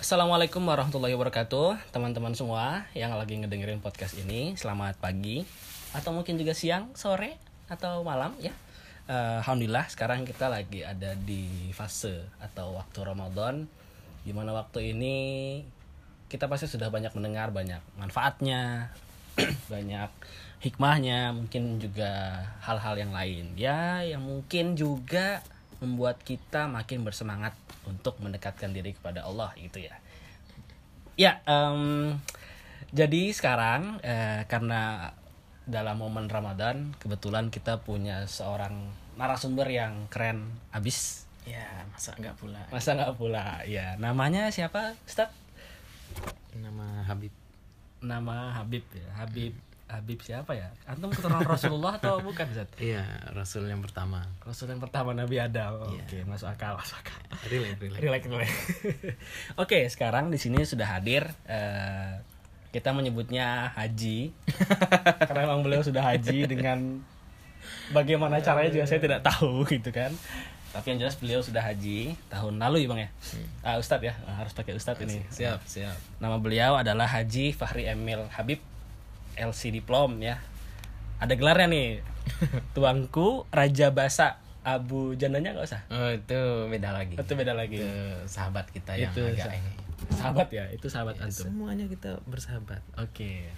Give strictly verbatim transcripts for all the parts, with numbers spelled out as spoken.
Assalamualaikum warahmatullahi wabarakatuh, teman-teman semua yang lagi ngedengerin podcast ini. Selamat pagi, atau mungkin juga siang, sore, atau malam ya. Uh, Alhamdulillah sekarang kita lagi ada di fase atau waktu Ramadan, dimana waktu ini kita pasti sudah banyak mendengar banyak manfaatnya, banyak hikmahnya, mungkin juga hal-hal yang lain ya, yang mungkin juga membuat kita makin bersemangat untuk mendekatkan diri kepada Allah gitu ya. Ya, um, jadi sekarang eh, karena dalam momen Ramadan kebetulan kita punya seorang narasumber yang keren abis. Ya, masa enggak pula. Masa enggak pula. Ya, namanya siapa, Ustaz? Nama Habib. Nama Habib ya. Habib Habib siapa ya? Antum keturunan Rasulullah atau bukan, Ustaz? Iya, Rasul yang pertama. Rasul yang pertama, Nabi Adam. Oh, yeah. Oke, okay, masuk akal, masuk akal. Relax, relax. Relax, relax. Oke, sekarang di sini sudah hadir. Uh, kita menyebutnya Haji, karena memang beliau sudah haji dengan bagaimana caranya juga saya tidak tahu gitu kan. Tapi yang jelas beliau sudah haji tahun lalu ya bang ya. Hmm. Uh, Ustadz ya, harus pakai Ustadz ini. Siap, siap. Nama beliau adalah Haji Fahri Emil Habib, L C Diplom ya. Ada gelarnya nih. Tuanku Raja Basa. Abu Jandanya nggak usah. Oh, itu beda lagi. Itu beda lagi. Itu sahabat kita yang itu agak sah- ini. Sahabat ya, itu sahabat Ya, antum. semuanya kita bersahabat. Oke.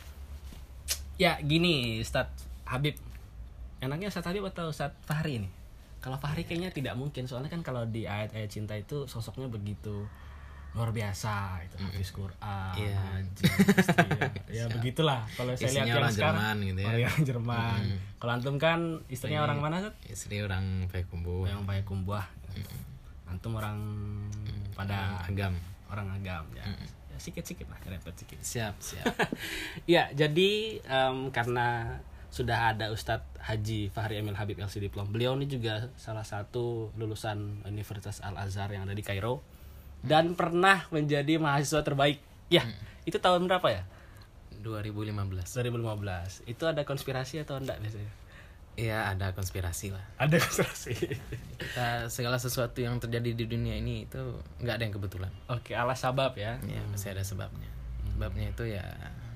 Ya gini, Ustadz Habib. Enaknya Ustadz Habib atau Ustadz Fahri ini? Kalau Fahri kayaknya tidak mungkin, soalnya kan kalau di ayat-ayat cinta itu sosoknya begitu luar biasa itu, hafiz Quran, Iya. haji, istri, ya, ya begitulah. Kalau saya lihat Istrinya yang orang sekarang, Jerman gitu ya. orang Jerman. Mm. Kalau antum kan istrinya Ini orang mana, Ustaz? Istri orang Payakumbuh. Yang Payakumbuh. Antum orang pada Agam. orang agam ya. Ya sikit-sikit lah, repot sikit. Siap, siap. Ya, jadi um, karena sudah ada Ustadz Haji Fahri Emil Habib L C Diplom. Beliau ini juga salah satu lulusan Universitas Al-Azhar yang ada di Kairo dan pernah menjadi mahasiswa terbaik. Ya, hmm. itu tahun berapa ya? dua ribu lima belas. dua ribu lima belas. Itu ada konspirasi atau enggak biasanya? Iya, ada konspirasi lah. Ada konspirasi. Kita segala sesuatu yang terjadi di dunia ini itu nggak ada yang kebetulan. Oke, alas sabab ya. Ya, hmm. masih ada sebabnya. Sebabnya itu ya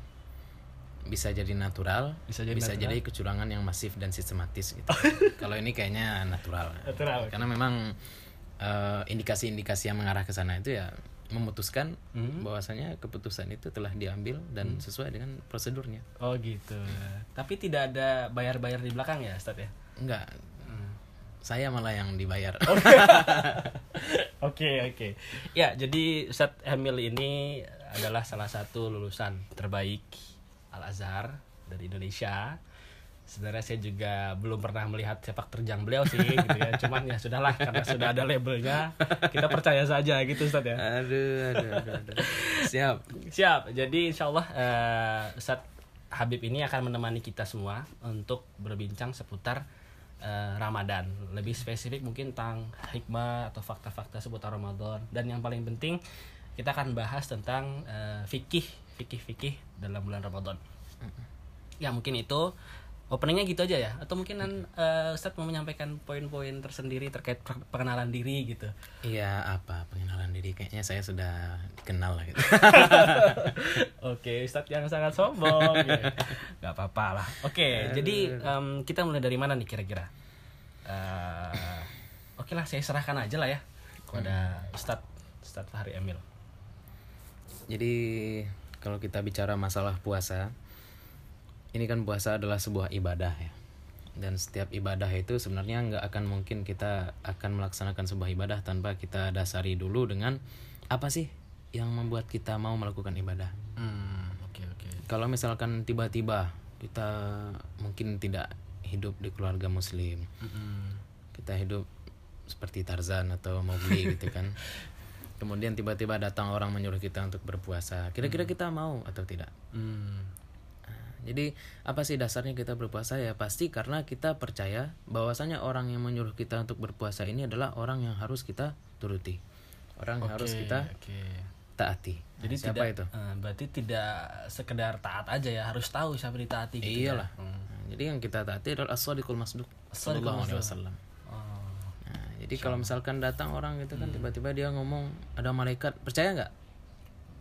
bisa jadi natural, bisa jadi, bisa natural. jadi kecurangan yang masif dan sistematis gitu. Kalau ini kayaknya natural. Natural. Karena memang uh, indikasi-indikasi yang mengarah ke sana itu ya memutuskan hmm. bahwasanya keputusan itu telah diambil dan hmm. sesuai dengan prosedurnya. Oh gitu. Tapi tidak ada bayar-bayar di belakang ya, Ustaz ya? Enggak. Hmm. Saya malah yang dibayar. Oke, oke. Ya, jadi Ustaz Emil ini adalah salah satu lulusan terbaik Al-Azhar dari Indonesia. Sebenarnya saya juga belum pernah melihat sepak terjang beliau sih gitu ya. Cuman ya sudahlah, karena sudah ada labelnya, kita percaya saja gitu Ustaz ya. Aduh, aduh, aduh, aduh. Siap. Siap. Jadi insyaallah uh, Ustaz Habib ini akan menemani kita semua untuk berbincang seputar uh, Ramadan. Lebih spesifik mungkin tentang hikmah atau fakta-fakta seputar Ramadan, dan yang paling penting kita akan bahas tentang uh, fikih, fikih-fikih dalam bulan Ramadan. Ya mungkin itu openingnya gitu aja ya, atau mungkin uh, Ustadz mau menyampaikan poin-poin tersendiri terkait perkenalan diri gitu. Iya, apa pengenalan diri, kayaknya saya sudah dikenal lah gitu. Oke, Ustadz yang sangat sombong ya. Gak apa-apa lah. Oke, Aduh. Jadi um, kita mulai dari mana nih kira-kira? Uh, Oke lah, saya serahkan aja lah ya kepada hmm. Ustadz Ustadz Fahri Emil. Jadi kalau kita bicara masalah puasa, ini kan puasa adalah sebuah ibadah ya. Dan setiap ibadah itu sebenarnya nggak akan mungkin kita akan melaksanakan sebuah ibadah tanpa kita dasari dulu dengan apa sih yang membuat kita mau melakukan ibadah. Hmm, oke oke. Kalau misalkan tiba-tiba kita mungkin tidak hidup di keluarga muslim, mm-hmm. kita hidup seperti Tarzan atau Mowgli gitu kan. Kemudian tiba-tiba datang orang menyuruh kita untuk berpuasa. Kira-kira kita mau atau tidak? Hmm. Nah, jadi apa sih dasarnya kita berpuasa? Ya pasti karena kita percaya bahwasanya orang yang menyuruh kita untuk berpuasa ini adalah orang yang harus kita turuti. Orang yang okay, harus kita okay. taati. Jadi nah, siapa tidak, itu? Uh, berarti tidak sekedar taat aja ya, harus tahu siapa ditaati gitu. Iyalah. Ya? Hmm. Nah, jadi yang kita taati adalah as-shadiqul masduq sallallahu alaihi wasallam. Nah, jadi kalau misalkan datang orang gitu kan, hmm. tiba-tiba dia ngomong ada malaikat, percaya nggak?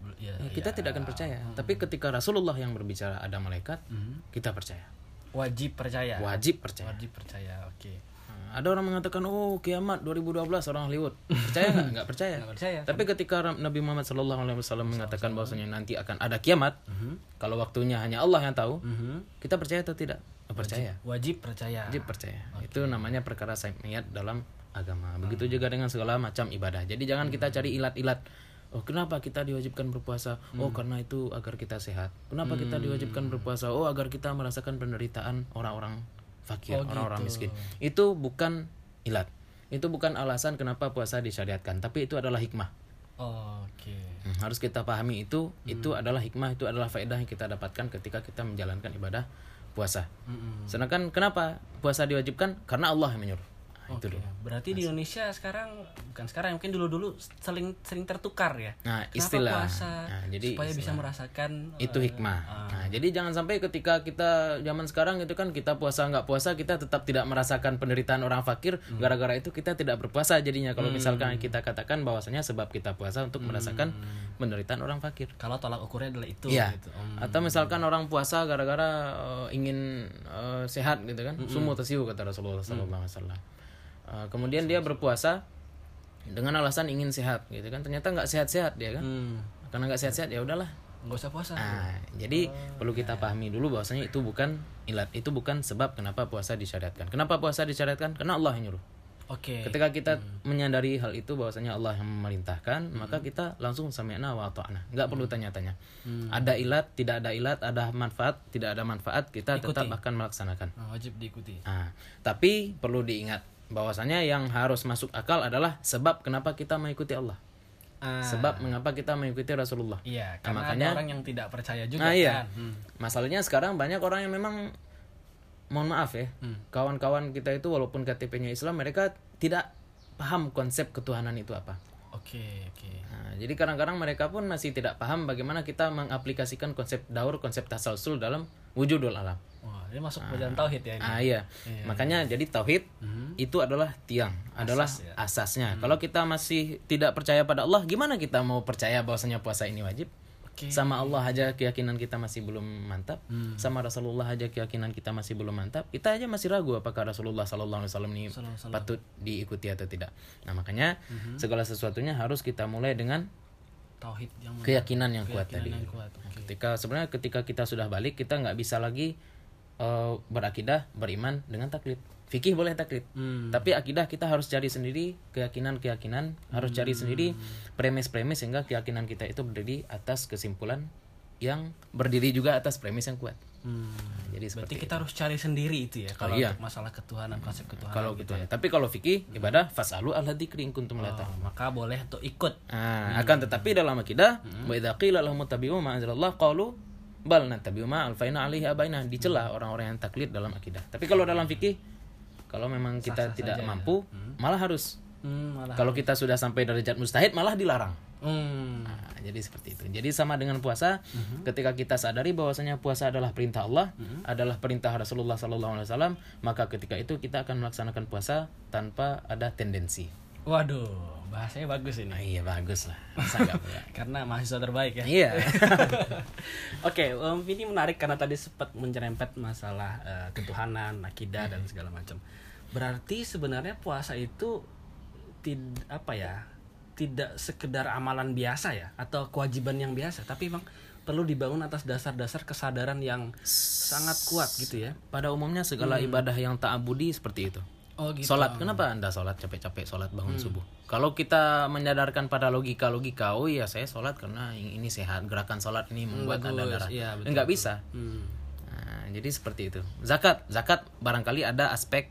ya, ya, kita ya. tidak akan percaya. Hmm. Tapi ketika Rasulullah yang berbicara ada malaikat, hmm. kita percaya. Wajib percaya. Wajib percaya. Wajib percaya. Oke. Okay. Ada orang mengatakan, oh kiamat dua ribu dua belas orang Hollywood. Percaya nggak? Nggak percaya. Nggak percaya. Tapi ketika Nabi Muhammad Shallallahu Alaihi Wasallam mengatakan bahwasanya nanti akan ada kiamat, uh-huh. kalau waktunya hanya Allah yang tahu, uh-huh. kita percaya atau tidak? Percaya. Wajib, wajib percaya. Wajib percaya. Okay. Itu namanya perkara syariat dalam agama. Begitu uh-huh. juga dengan segala macam ibadah. Jadi jangan uh-huh. kita cari ilat-ilat. Oh, kenapa kita diwajibkan berpuasa? Oh, hmm. karena itu agar kita sehat. Kenapa hmm. kita diwajibkan berpuasa? Oh, agar kita merasakan penderitaan orang-orang fakir, oh, orang-orang gitu. miskin. Itu bukan ilat. Itu bukan alasan kenapa puasa disyariatkan, tapi itu adalah hikmah. Oh, oke. Okay. Hmm, harus kita pahami itu, hmm. itu adalah hikmah, itu adalah faedah yang kita dapatkan ketika kita menjalankan ibadah puasa. Hmm. Sedangkan kenapa puasa diwajibkan? Karena Allah yang menyuruh. Nah, Oke, itu dulu. Berarti di Indonesia sekarang bukan sekarang, mungkin dulu-dulu sering sering tertukar ya. Nah, Kenapa istilah puasa nah, jadi supaya istilah. bisa merasakan itu uh, hikmah. Uh, Nah, jadi jangan sampai ketika kita zaman sekarang itu kan kita puasa nggak puasa kita tetap tidak merasakan penderitaan orang fakir. Hmm. Gara-gara itu kita tidak berpuasa jadinya. Kalau hmm. misalkan kita katakan bahwasanya sebab kita puasa untuk hmm. merasakan penderitaan orang fakir. Kalau tolak ukurnya adalah itu. Ya. Gitu. Hmm. Atau misalkan orang puasa gara-gara uh, ingin uh, sehat gitu kan. Hmm. Sumu tasiu kata Rasulullah Sallallahu Alaihi Wasallam. Uh, kemudian dia berpuasa dengan alasan ingin sehat gitu kan, ternyata nggak sehat-sehat dia kan. hmm. Karena nggak sehat-sehat ya udahlah nggak usah puasa. Nah, jadi oh, perlu kita ya. pahami dulu bahwasanya itu bukan ilat, itu bukan sebab kenapa puasa disyariatkan. Kenapa puasa disyariatkan? Karena Allah yang nyuruh. Oke. Okay. Ketika kita hmm. menyadari hal itu bahwasanya Allah yang memerintahkan, hmm. maka kita langsung sami'na wa ata'na. Enggak hmm. perlu tanya-tanya. Hmm. Ada ilat, tidak ada ilat, ada manfaat, tidak ada manfaat, kita Ikuti. tetap akan melaksanakan. Oh, wajib diikuti. Nah, tapi perlu diingat bahwasanya yang harus masuk akal adalah sebab kenapa kita mengikuti Allah. Ah. Sebab mengapa kita mengikuti Rasulullah. Iya, karena nah, makanya, ada orang yang tidak percaya juga nah, iya. kan. Hmm. Masalahnya sekarang banyak orang yang memang, mohon maaf ya, hmm. kawan-kawan kita itu walaupun K T P-nya Islam, mereka tidak paham konsep ketuhanan itu apa. Oke, okay, oke. Okay. Nah, jadi kadang-kadang mereka pun masih tidak paham bagaimana kita mengaplikasikan konsep daur, konsep tasalsul dalam wujudul alam. Wah, ini masuk ke dalam tauhid ya ini. Ah iya. iya. Makanya jadi tauhid uh-huh. itu adalah tiang, adalah Asas, ya? asasnya. Hmm. Kalau kita masih tidak percaya pada Allah, gimana kita mau percaya bahwasanya puasa ini wajib? Okay. Sama Allah aja keyakinan kita masih belum mantap, hmm. sama Rasulullah aja keyakinan kita masih belum mantap. Kita aja masih ragu apakah Rasulullah Sallallahu Alaihi Wasallam ini Salam-salam. patut diikuti atau tidak. Nah makanya uh-huh. segala sesuatunya harus kita mulai dengan tauhid yang keyakinan yang kuat keyakinan tadi. Yang kuat. Okay. Ketika sebenarnya ketika kita sudah balik, kita nggak bisa lagi uh, berakidah, beriman dengan taklid. Fikih boleh taklid, hmm. tapi akidah kita harus cari sendiri keyakinan-keyakinan, hmm. harus cari sendiri premis-premis sehingga keyakinan kita itu berdiri atas kesimpulan yang berdiri juga atas premis yang kuat. Hmm. Jadi berarti kita itu. harus cari sendiri itu ya kalau oh, iya. untuk masalah ketuhanan, konsep ketuhanan. Kalau gitu ya. Tapi kalau fikih ibadah fasalu ala dzikri in kuntum la ta'lamun. Maka boleh untuk ikut. Nah, hmm. akan tetapi dalam akidah wa idza qila lahum tabi'u ma anzalallah qalu bal natabi'u ma alfaina alaihi abaina, dicela orang-orang yang taklid dalam akidah. Tapi kalau dalam fikih, kalau memang kita Sasa tidak mampu, ya. hmm. malah harus. Hmm, malah kalau harus. Kita sudah sampai derajat mustahid, malah dilarang. Hmm. Nah, jadi seperti itu. Jadi sama dengan puasa, uh-huh. ketika kita sadari bahwasanya puasa adalah perintah Allah, uh-huh. adalah perintah Rasulullah Sallallahu Alaihi Wasallam, maka ketika itu kita akan melaksanakan puasa tanpa ada tendensi. Waduh, bahasanya bagus ini. Nah, iya bagus lah. Masa enggak ya? Karena mahasiswa terbaik ya. Iya. Oke, okay, um, ini menarik karena tadi sempat menyerempet masalah uh, ketuhanan, akidah dan segala macam. Berarti sebenarnya puasa itu tidak apa ya? Tidak sekedar amalan biasa ya atau kewajiban yang biasa, tapi memang perlu dibangun atas dasar-dasar kesadaran yang sangat kuat gitu ya. Pada umumnya segala hmm. ibadah yang ta'abudi seperti itu. Oh gitu. Sholat, kenapa anda sholat capek-capek sholat bangun hmm. subuh? Kalau kita menyadarkan pada logika-logika, oh iya saya sholat karena ini sehat, gerakan sholat ini membuat hmm, anda darah, ya, nggak bisa. Hmm. Nah, jadi seperti itu. Zakat, zakat barangkali ada aspek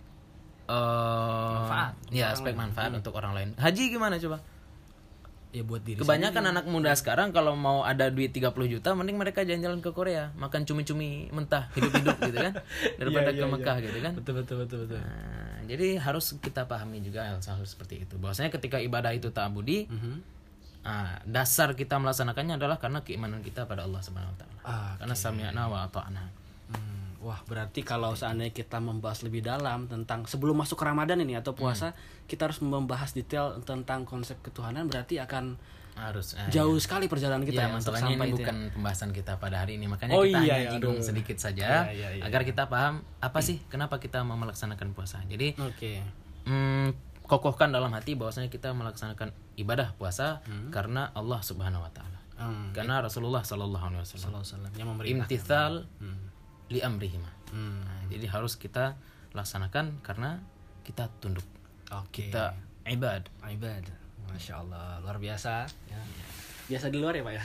uh, manfaat, ya aspek manfaat hmm. untuk orang lain. Haji gimana coba? Ya buat diri kebanyakan sendiri. Anak muda sekarang kalau mau ada duit tiga puluh juta mending mereka jalan-jalan ke Korea makan cumi-cumi mentah hidup-hidup gitu kan daripada yeah, yeah, ke Mekah yeah. gitu kan. Betul betul betul betul. Nah, jadi harus kita pahami juga hal seperti itu. Bahwasanya ketika ibadah itu ta'abudi, mm-hmm. nah, dasar kita melaksanakannya adalah karena keimanan kita pada Allah Subhanahu wa taala. Ah, karena okay. sami'na wa ata'na. Hmm, wah, berarti kalau seandainya kita membahas lebih dalam tentang sebelum masuk ke Ramadan ini atau puasa, hmm. kita harus membahas detail tentang konsep ketuhanan, berarti akan Harus. Ah, Jauh iya. sekali perjalanan kita Ya, ya, untuk masalahnya sampai ini itu bukan ya. pembahasan kita pada hari ini, makanya Oh kita iya, hanya iya, nyinggung aduh. sedikit saja Iya, iya, iya. agar kita paham apa sih kenapa kita mau melaksanakan puasa. Jadi Oke. hmm, kokohkan dalam hati bahwasanya kita melaksanakan ibadah puasa Hmm. karena Allah Subhanahu wa taala. Hmm. Karena Rasulullah sallallahu alaihi wasallam Sallallahu alaihi wasallam yang memerintahkan. imtithal Hmm. li amrihima. Hmm. Nah, jadi harus kita laksanakan karena kita tunduk. Oke. Kita ibad. Ibad. Masya Allah, luar biasa. Ya. Biasa di luar ya Pak ya?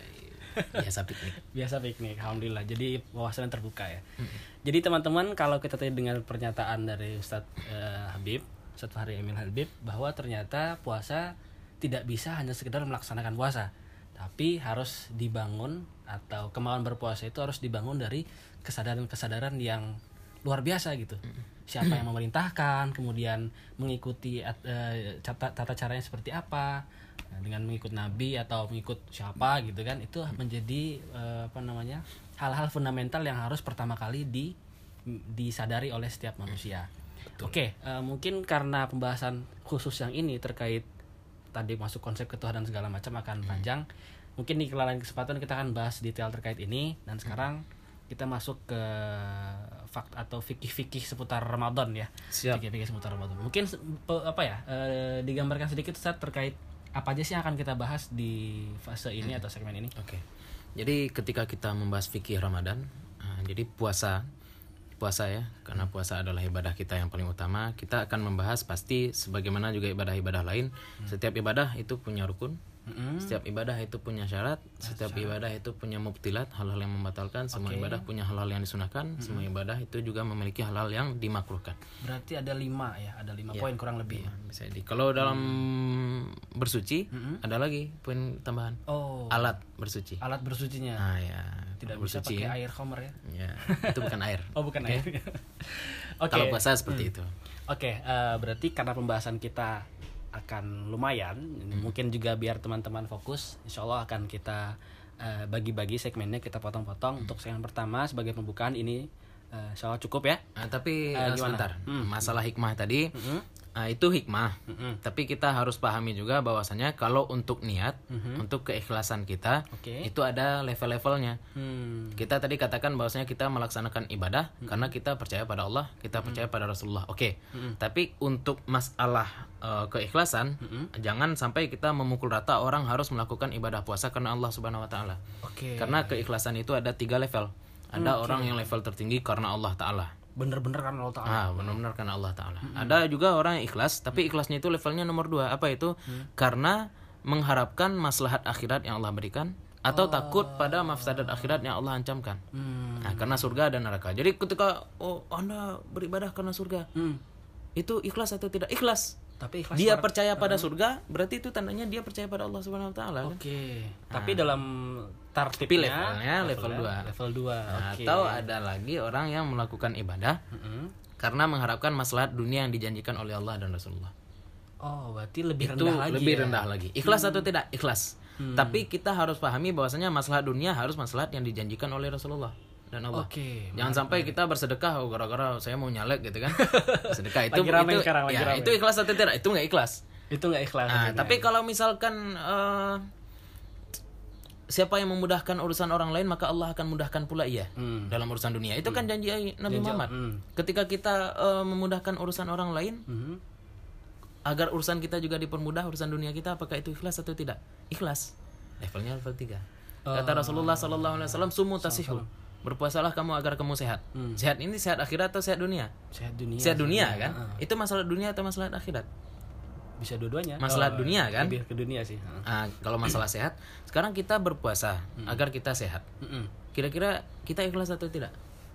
Biasa piknik. Biasa piknik, alhamdulillah. Jadi wawasan terbuka ya. Jadi teman-teman, kalau kita tadi dengar pernyataan dari Ustadz eh, Habib, Ustadz Fahri Emil Habib, bahwa ternyata puasa tidak bisa hanya sekedar melaksanakan puasa, tapi harus dibangun, atau kemauan berpuasa itu harus dibangun dari kesadaran-kesadaran yang luar biasa gitu. Siapa yang memerintahkan, kemudian mengikuti eh, tata, tata caranya seperti apa. Nah, dengan mengikut nabi atau mengikut siapa gitu kan, itu menjadi eh, apa namanya, hal-hal fundamental yang harus pertama kali di disadari oleh setiap manusia. Oke, eh, mungkin karena pembahasan khusus yang ini terkait tadi masuk konsep ketuhanan segala macam akan panjang. Mungkin di lain kesempatan kita akan bahas detail terkait ini. Dan sekarang kita masuk ke fakt atau fikih-fikih seputar Ramadan ya. Siap. Fikih-fikih seputar Ramadan. Mungkin pe- apa ya, eh, digambarkan sedikit Ustaz terkait apa aja sih yang akan kita bahas di fase ini atau segmen ini? Oke. Jadi ketika kita membahas fikih Ramadan, uh, jadi puasa, puasa ya, karena puasa adalah ibadah kita yang paling utama. Kita akan membahas pasti sebagaimana juga ibadah-ibadah lain. Setiap ibadah itu punya rukun, Mm-mm. setiap ibadah itu punya syarat, setiap ibadah itu punya mubtilat, hal-hal yang membatalkan. Semua Oke. ibadah punya hal-hal yang disunahkan. Semua ibadah itu juga memiliki hal-hal yang dimakruhkan. Berarti ada lima ya, ada lima Ya. poin kurang lebih. Iya, bisa jadi. Kalau dalam bersuci Mm-mm. ada lagi poin tambahan. Oh, Alat bersuci. alat bersucinya. Nah, ya. Tidak kalau bisa bersuci pakai ya. air khamr ya. Ya, itu bukan air. Oh, bukan Oke. air. Oke. Kalau puasa seperti itu. Oke, eh, berarti karena pembahasan kita akan lumayan, mungkin juga biar teman-teman fokus, insya Allah akan kita eh, bagi-bagi segmennya, kita potong-potong. Untuk segmen pertama sebagai pembukaan ini eh, insya Allah cukup ya. Nah, tapi Eh, eh, gimana? sebentar, Hmm. masalah hikmah tadi, Mm-mm. ah, itu hikmah. Mm-mm. Tapi kita harus pahami juga bahwasanya kalau untuk niat, Mhm. untuk keikhlasan kita, Oke. itu ada level-levelnya. Hmm. Kita tadi katakan bahwasanya kita melaksanakan ibadah karena kita percaya pada Allah, kita percaya pada Rasulullah. Oke. Tapi untuk masalah eh, keikhlasan, jangan sampai kita memukul rata orang harus melakukan ibadah puasa karena Allah Subhanahu wa taala. Oke. Karena keikhlasan itu ada tiga level. Ada orang yang level tertinggi karena Allah taala. Bener-bener kan Allah Ta'ala. Ah, benar-benar karena Allah taala. Ada juga orang yang ikhlas, tapi ikhlasnya itu levelnya nomor dua. Apa itu? Karena mengharapkan maslahat akhirat yang Allah berikan atau takut pada mafsadat akhirat yang Allah ancamkan. Hmm. Nah, karena surga dan neraka. Jadi ketika oh Anda beribadah karena surga, Hmm. itu ikhlas atau tidak? Ikhlas. Tapi ikhlas Dia suara- percaya pada surga, berarti itu tandanya dia percaya pada Allah Subhanahu wa taala. kan? Oke. Tapi dalam Tapi tartibnya levelnya level dua. Level dua. Nah, Oke. atau ada lagi orang yang melakukan ibadah Mm-mm. karena mengharapkan maslahat dunia yang dijanjikan oleh Allah dan Rasulullah. Oh, berarti lebih Itu rendah lagi. lebih ya? rendah lagi. Ikhlas atau tidak? Ikhlas. Tapi kita harus pahami bahwasanya maslahat dunia harus maslahat yang dijanjikan oleh Rasulullah dan Allah. Oke. Jangan sampai kita bersedekah oh, gara-gara saya mau nyalek gitu kan. Sedekah itu Lagi rame itu sekarang, lagi ya, rame. itu ikhlas atau tidak? Itu nggak ikhlas. Itu nggak ikhlas. Nah, maksudnya. tapi kalau misalkan eh, siapa yang memudahkan urusan orang lain maka Allah akan mudahkan pula ia Hmm. dalam urusan dunia. Itu kan janji Nabi Janji- Muhammad. hmm. Ketika kita eh, memudahkan urusan orang lain Mhm. agar urusan kita juga dipermudah urusan dunia kita, apakah itu ikhlas atau tidak? Ikhlas. Levelnya level tiga. Kata Rasulullah sallallahu alaihi wasallam, "Sumu tasihu." Berpuasalah kamu agar kamu sehat. Hmm. Sehat ini sehat akhirat atau sehat dunia? Sehat dunia. Sehat dunia sehat kan? Ah, ah. Itu masalah dunia atau masalah akhirat? Bisa dua-duanya. Masalah dunia, kan? Lebih ke dunia sih. Ah. Ah, kalau masalah sehat, sekarang kita berpuasa agar kita sehat. Mm-mm. Kira-kira kita ikhlas atau tidak?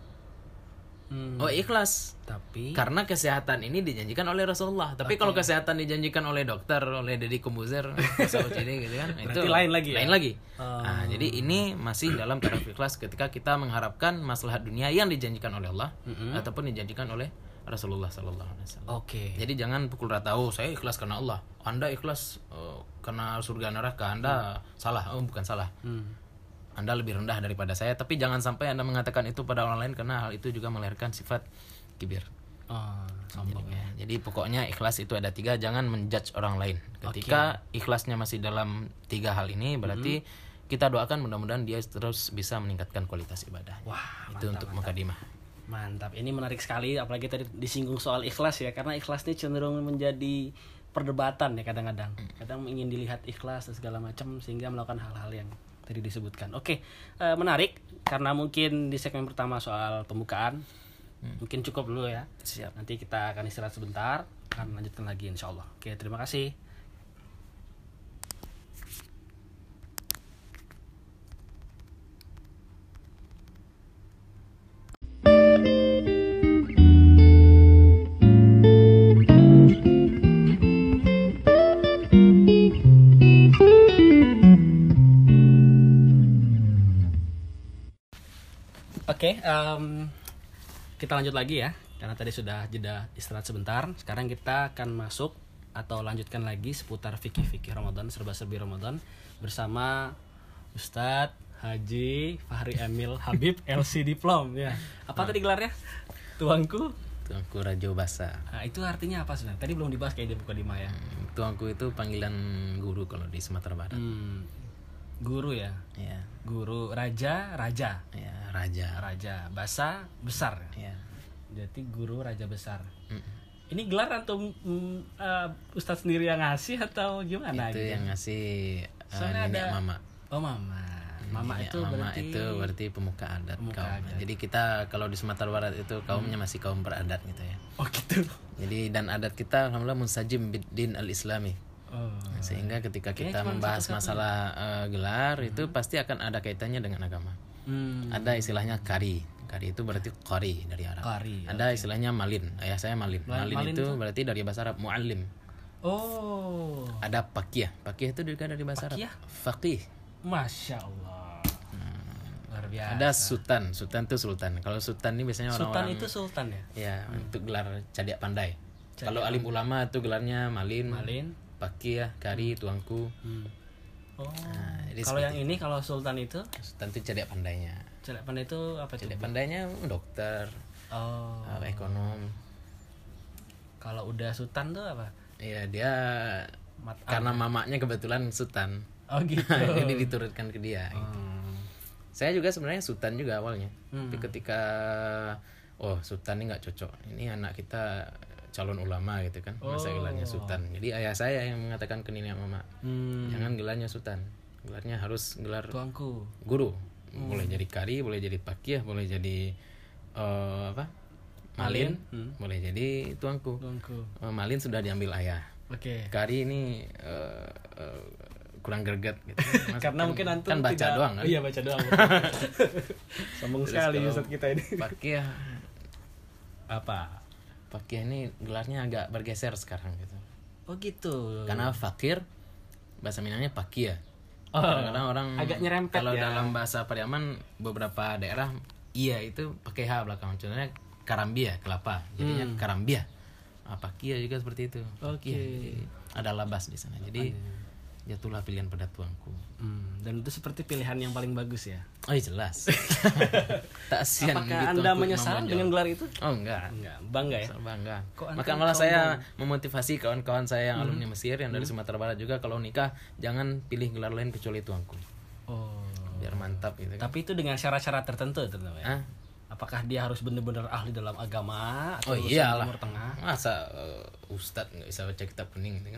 Hmm. Oh, ikhlas. Tapi Karena kesehatan ini dijanjikan oleh Rasulullah. Tapi kalau kesehatan dijanjikan oleh dokter, oleh Deddy Komuzer, Saud Cidi gitu kan, itu lain lagi ya? Lain lagi. Oh. Nah, jadi ini masih dalam taraf ikhlas ketika kita mengharapkan maslahat dunia yang dijanjikan oleh Allah ataupun dijanjikan oleh Rasulullah sallallahu alaihi wasallam. Oke. Jadi jangan pukul rata, oh saya ikhlas karena Allah. Anda ikhlas eh, karena surga neraka. Anda salah. Oh, bukan salah. Hmm. Anda lebih rendah daripada saya, tapi jangan sampai Anda mengatakan itu pada orang lain karena hal itu juga melahirkan sifat kibir. Oh, sombong ya. Jadi pokoknya ikhlas itu ada tiga, jangan menjudge orang lain. Ketika okay. ikhlasnya masih dalam tiga hal ini, berarti mm-hmm. kita doakan mudah-mudahan dia terus bisa meningkatkan kualitas ibadah. Wah, itu mantap, untuk mantap. mukadimah. Mantap, ini menarik sekali, apalagi tadi disinggung soal ikhlas ya, karena ikhlas ini cenderung menjadi perdebatan ya kadang-kadang. Kadang ingin dilihat ikhlas dan segala macam sehingga melakukan hal-hal yang tadi disebutkan. Oke, uh, menarik karena mungkin di segmen pertama soal pembukaan hmm. mungkin cukup dulu ya. Siap. Nanti kita akan istirahat sebentar, akan lanjutkan lagi insya Allah. Oke, terima kasih. Oke, okay, um, kita lanjut lagi ya. Karena tadi sudah jeda istirahat sebentar. Sekarang kita akan masuk atau lanjutkan lagi seputar fikih-fikih Ramadan, serba-serbi Ramadan bersama Ustadz Haji Fahri Emil Habib L C Diplom ya. Apa nah. tadi gelarnya? Tuanku? Tuanku Rajo Basa. Nah, itu artinya apa sebenarnya? Tadi belum dibahas kayak di Mukadimah ya. Hmm, tuanku itu panggilan guru kalau di Sumatera Barat. Hmm, guru ya? Iya. Guru raja, raja. Iya, raja. Raja, basa besar. Iya. Jadi guru raja besar. Mm. Ini gelar atau mm, uh, Ustadz sendiri yang ngasih atau gimana? Itu gitu? Yang ngasih uh, Soalnya nenek ada mama. Oh mama. Mama nenek itu mama berarti itu berarti pemuka adat pemuka kaum. Adat. Jadi kita kalau di Sumatera Barat itu kaumnya hmm. masih kaum beradat gitu ya. Oh gitu. Jadi dan adat kita alhamdulillah munsajim bid-din al-islami. Oh. Sehingga ketika kita membahas masalah uh, gelar hmm. itu pasti akan ada kaitannya dengan agama. Hmm. Ada istilahnya kari. Kari itu berarti qari dari Arab. Qari, ada okay. istilahnya malin. Ayah saya malin. Malin, malin itu, itu berarti dari bahasa Arab muallim. Oh. Ada pakiyah. Pakiyah itu juga dari bahasa pakiyah? Arab. Faqih. Masya Allah. Hmm. Luar biasa. Ada sultan. Sultan itu sultan. Kalau sultan ini biasanya sultan orang-orang. Sultan itu sultan ya? Ya, hmm. untuk gelar cadiak pandai. Cadiak Kalau alim ulama itu gelarnya malin. Malin. Pakiyah, kari, tuanku. Hmm. Oh. Nah, kalau yang ini kalau sultan itu? Sultan itu cadiak pandainya. Cadiak pandai itu apa? Cadiak pandainya dokter. Oh. Uh, ekonom. Kalau udah sultan tuh apa? Iya dia Mat- karena mamanya kebetulan sultan. Oh gitu. Jadi diturunkan ke dia. Oh. Gitu. Saya juga sebenarnya sultan juga awalnya. Hmm. Tapi ketika oh sultan ini nggak cocok. Ini anak kita calon ulama gitu kan, masa oh. gelarnya sultan. Jadi ayah saya yang mengatakan ke nenek mama, hmm. jangan gelarnya sultan, gelarnya harus gelar tuanku, guru. Hmm. Boleh jadi kari, boleh jadi pakiyah, boleh jadi uh, apa? Malin, hmm. boleh jadi tuanku. Tuanku. Uh, malin sudah diambil ayah. Oke. Okay. Kari ini uh, uh, kurang greget gitu. Karena kan, mungkin antum kan baca tidak, doang kan? Iya baca doang. Sombong sekali Ustadz kita ini. Pakiyah apa? Fakih ini gelarnya agak bergeser sekarang gitu. Oh gitu. Karena fakir bahasa Minangnya pakia. Oh, kadang-kadang orang agak nyerempet kalau ya. dalam bahasa Pariaman beberapa daerah iya itu pakai H belakang. Contohnya karambia kelapa. Jadinya hmm. karambia. Ah, pakia juga seperti itu. Oke. Okay. Ada labas di sana. Jadi oh, jatuhlah pilihan pada tuanku. Hmm, dan itu seperti pilihan yang paling bagus ya. Oh iya jelas. Tak sian. Apakah Anda menyesal dengan gelar itu? Oh enggak. Enggak, bangga ya. Bangga. Maka malah saya memotivasi kawan-kawan saya yang hmm. alumni Mesir yang dari hmm. Sumatera Barat juga kalau nikah jangan pilih gelar lain kecuali tuanku. Oh. Biar mantap gitu kan. Tapi itu dengan syarat-syarat tertentu tertentu ya. Hah? Apakah dia harus benar-benar ahli dalam agama atau oh, iyalah. Timur Tengah? Masa uh, ustadz nggak bisa baca kitab kuning gitu kan?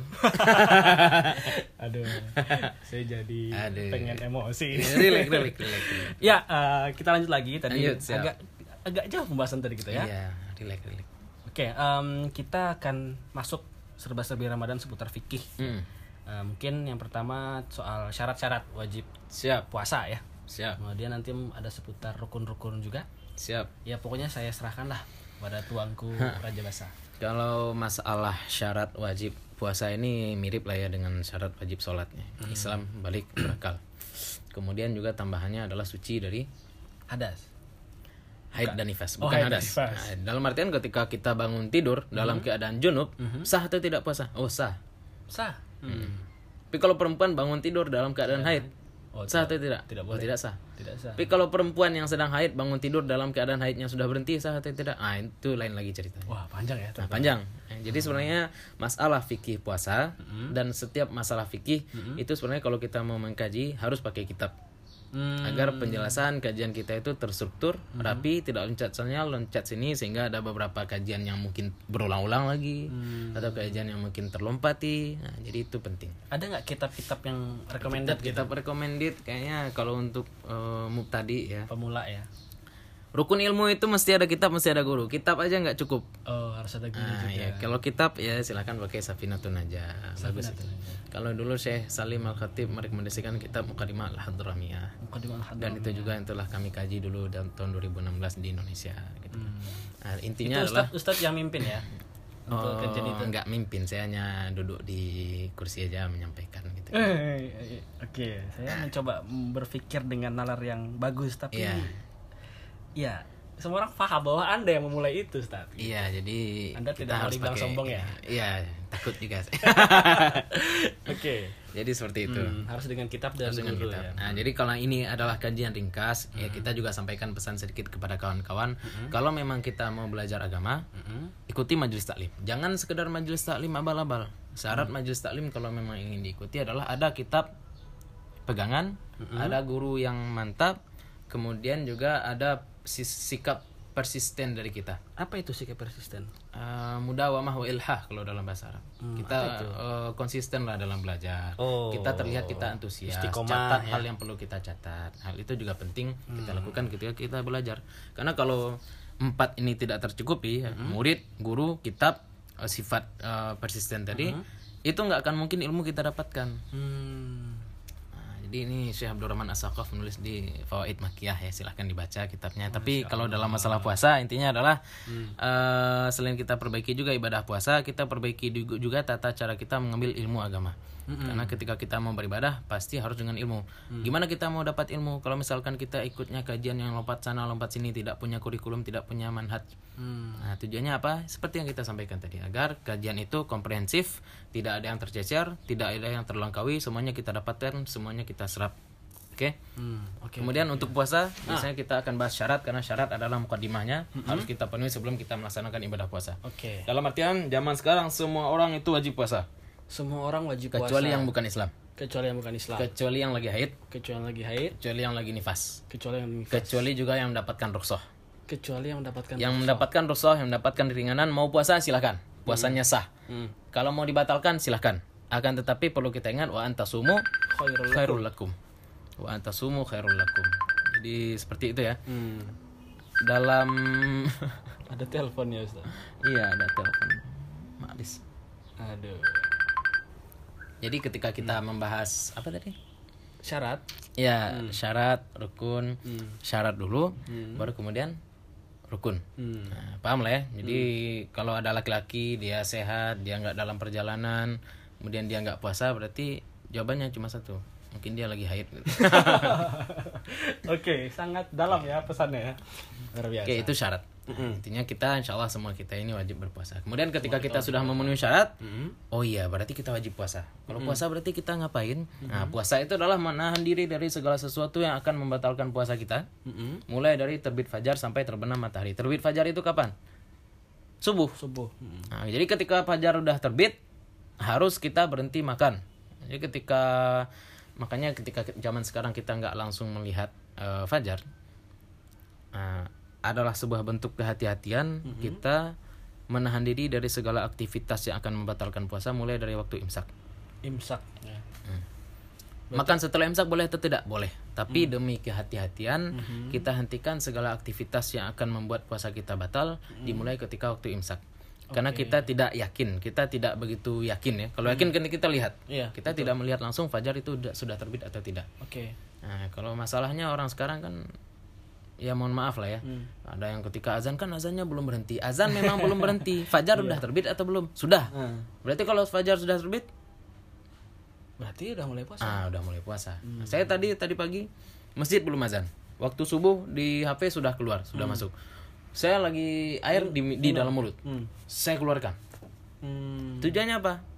Aduh, saya jadi Aduh. pengen emosi. Relax, relax, relax. Ya, uh, kita lanjut lagi tadi. Lanjut, agak agak jauh pembahasan tadi kita ya. Iya, relax, relax. Oke, okay, um, kita akan masuk serba-serbi Ramadan seputar fikih. Hmm. Uh, mungkin yang pertama soal syarat-syarat wajib siap puasa ya. Siap. Kemudian nanti ada seputar rukun-rukun juga. Siap. Ya pokoknya saya serahkan lah pada tuanku Raja Basa. Kalau masalah syarat wajib puasa ini mirip lah ya dengan syarat wajib sholatnya. Hmm. Islam balik berakal. Kemudian juga tambahannya adalah suci dari hadas, haid dan nifas, bukan oh, hadas. Nah, dalam artian ketika kita bangun tidur hmm. dalam keadaan junub, hmm. sah atau tidak puasa? Oh sah. Sah. Hmm. Hmm. Tapi kalau perempuan bangun tidur dalam keadaan haid, Oh, sah tidak- atau tidak? tidak Oh, boleh. tidak sah. Tidak sah. Tapi kalau perempuan yang sedang haid bangun tidur dalam keadaan haidnya sudah berhenti, sah atau tidak? Ah, itu lain lagi ceritanya. Wah, panjang ya. Nah, panjang. Eh, Jadi sebenarnya masalah fikih puasa dan setiap masalah fikih itu sebenarnya kalau kita mau mengkaji harus pakai kitab. Hmm. Agar penjelasan kajian kita itu terstruktur, rapi, tidak loncat sana, loncat sini, sehingga ada beberapa kajian yang mungkin berulang-ulang lagi atau kajian yang mungkin terlompati. Nah, jadi itu penting. Ada nggak kitab-kitab yang recommended gitu? Kitab recommended kayaknya kalau untuk uh, mubtadi ya. Pemula ya. Rukun ilmu itu mesti ada kitab, mesti ada guru. Kitab aja nggak cukup. Oh, harus ada guru Nah, juga. ya, kalau kitab ya silakan pakai Safinatun Najah. Bagus itu. Kalau dulu Syekh Salim Al-Khatib merekomendasikan kitab Muqaddimah Al-Hadramiyah. Muqaddimah Al-Hadramiyah. Dan itu juga yang telah kami kaji dulu dalam tahun dua ribu enam belas di Indonesia gitu. Nah, Itu intinya adalah Ustadz Ustadz yang mimpin ya. Untuk oh, kajian itu. enggak mimpin, saya hanya duduk di kursi aja menyampaikan gitu. Eh, eh, Oke, saya mencoba berpikir dengan nalar yang bagus, tapi Iya. ya semua orang paham bahwa Anda yang memulai itu, Ustaz. Iya, jadi Anda kita tidak mau harus dibilang pakai- sombong ya? Iya, takut juga. Oke. Jadi seperti itu. Hmm, harus dengan kitab dan Harus dengan guru kitab. ya. Nah, jadi kalau ini adalah kajian ringkas, ya kita juga sampaikan pesan sedikit kepada kawan-kawan. Kalau memang kita mau belajar agama, ikuti majelis taklim. Jangan sekedar majelis taklim abal-abal. Syarat majelis taklim kalau memang ingin diikuti adalah ada kitab pegangan, ada guru yang mantap, kemudian juga ada sis- sikap persisten dari kita. Apa itu sikap persisten? Uh, mudawamah wa ilhah kalau dalam bahasa Arab. kita uh, konsisten lah dalam belajar. Oh. Kita terlihat kita antusias. Istiqomah, Catat ya. hal yang perlu kita catat. Hal itu juga penting kita lakukan ketika kita belajar. Karena kalau empat ini tidak tercukupi, ya, murid, guru, kitab, uh, sifat uh, persisten tadi, itu nggak akan mungkin ilmu kita dapatkan. Hmm. Nah, jadi ini Syekh Abdul Rahman As-Saqaf menulis di Fawaid Makiyah ya, silahkan dibaca kitabnya. Tapi kalau dalam masalah puasa intinya adalah eh, selain kita perbaiki juga ibadah puasa, kita perbaiki juga- juga tata cara kita mengambil ilmu agama. Karena ketika kita mau beribadah pasti harus dengan ilmu. Gimana kita mau dapat ilmu kalau misalkan kita ikutnya kajian yang lompat sana lompat sini, tidak punya kurikulum, tidak punya manhaj. Hmm. Nah, tujuannya apa? Seperti yang kita sampaikan tadi, agar kajian itu komprehensif, tidak ada yang tercecer, tidak ada yang terlengkawi, semuanya kita dapatkan, semuanya kita serap. Oke. Hmm. Oke. Kemudian untuk puasa, biasanya kita akan bahas syarat karena syarat adalah mukaddimahnya, harus kita penuhi sebelum kita melaksanakan ibadah puasa. Oke. Dalam artian zaman sekarang semua orang itu wajib puasa, Semua orang wajib puasa. kecuali yang bukan Islam, kecuali yang bukan Islam. kecuali yang lagi haid, Kecuali yang lagi haid, kecuali yang lagi nifas, kecuali yang nifas, kecuali juga yang mendapatkan rukhsah. kecuali yang mendapatkan Yang mendapatkan rukhsah, yang mendapatkan ringanan, mau puasa silahkan, puasanya sah. Hmm. Kalau mau dibatalkan silahkan. Akan tetapi perlu kita ingat wa antasumu Khairul khairul lakum. Wa antasumu khairul lakum. Jadi seperti itu ya. Hmm. Dalam Ada telepon ya, Ustaz. iya ada telepon. Maklis. Aduh. Jadi ketika kita membahas apa tadi? Syarat. Ya, syarat, rukun, syarat dulu, Hmm. baru kemudian rukun. Hmm. Nah, paham lah ya. Jadi kalau ada laki-laki dia sehat, dia nggak dalam perjalanan, kemudian dia nggak puasa, berarti jawabannya cuma satu. Mungkin dia lagi haid. Gitu. Oke, sangat dalam ya pesannya ya. Luar biasa. Oke, itu syarat. Nah, intinya kita insya Allah semua kita ini wajib berpuasa. Kemudian ketika kita sudah memenuhi syarat, oh iya berarti kita wajib puasa. Kalau puasa berarti kita ngapain? Nah, puasa itu adalah menahan diri dari segala sesuatu yang akan membatalkan puasa kita. Mm-mm. Mulai dari terbit fajar sampai terbenam matahari. Terbit fajar itu kapan? Subuh. Subuh. Mm. Nah, jadi ketika fajar udah terbit, harus kita berhenti makan. Jadi ketika makanya ketika zaman sekarang kita nggak langsung melihat eh, fajar, nah, adalah sebuah bentuk kehati-hatian kita menahan diri dari segala aktivitas yang akan membatalkan puasa, mulai dari waktu imsak. Imsak. Ya. Makan setelah imsak boleh atau tidak? Boleh. Tapi demi kehati-hatian kita hentikan segala aktivitas yang akan membuat puasa kita batal, dimulai ketika waktu imsak. Karena Oke. kita tidak yakin, kita tidak begitu yakin ya. Kalau yakin kan kita lihat. Iya, Kita tidak melihat langsung fajar itu udah- sudah terbit atau tidak. Oke. Nah, kalau masalahnya orang sekarang kan ya mohon maaf lah ya. Hmm. Ada yang ketika azan kan azannya belum berhenti. Azan memang belum berhenti. Fajar udah terbit atau belum? Sudah. Hmm. Berarti kalau fajar sudah terbit, Berarti udah mulai puasa. ah udah mulai puasa. Nah, saya tadi tadi pagi masjid belum azan. Waktu subuh di H P sudah keluar, sudah masuk. Saya lagi air di di dalam mulut. Hmm. Saya keluarkan. Hmm. Tujuannya apa?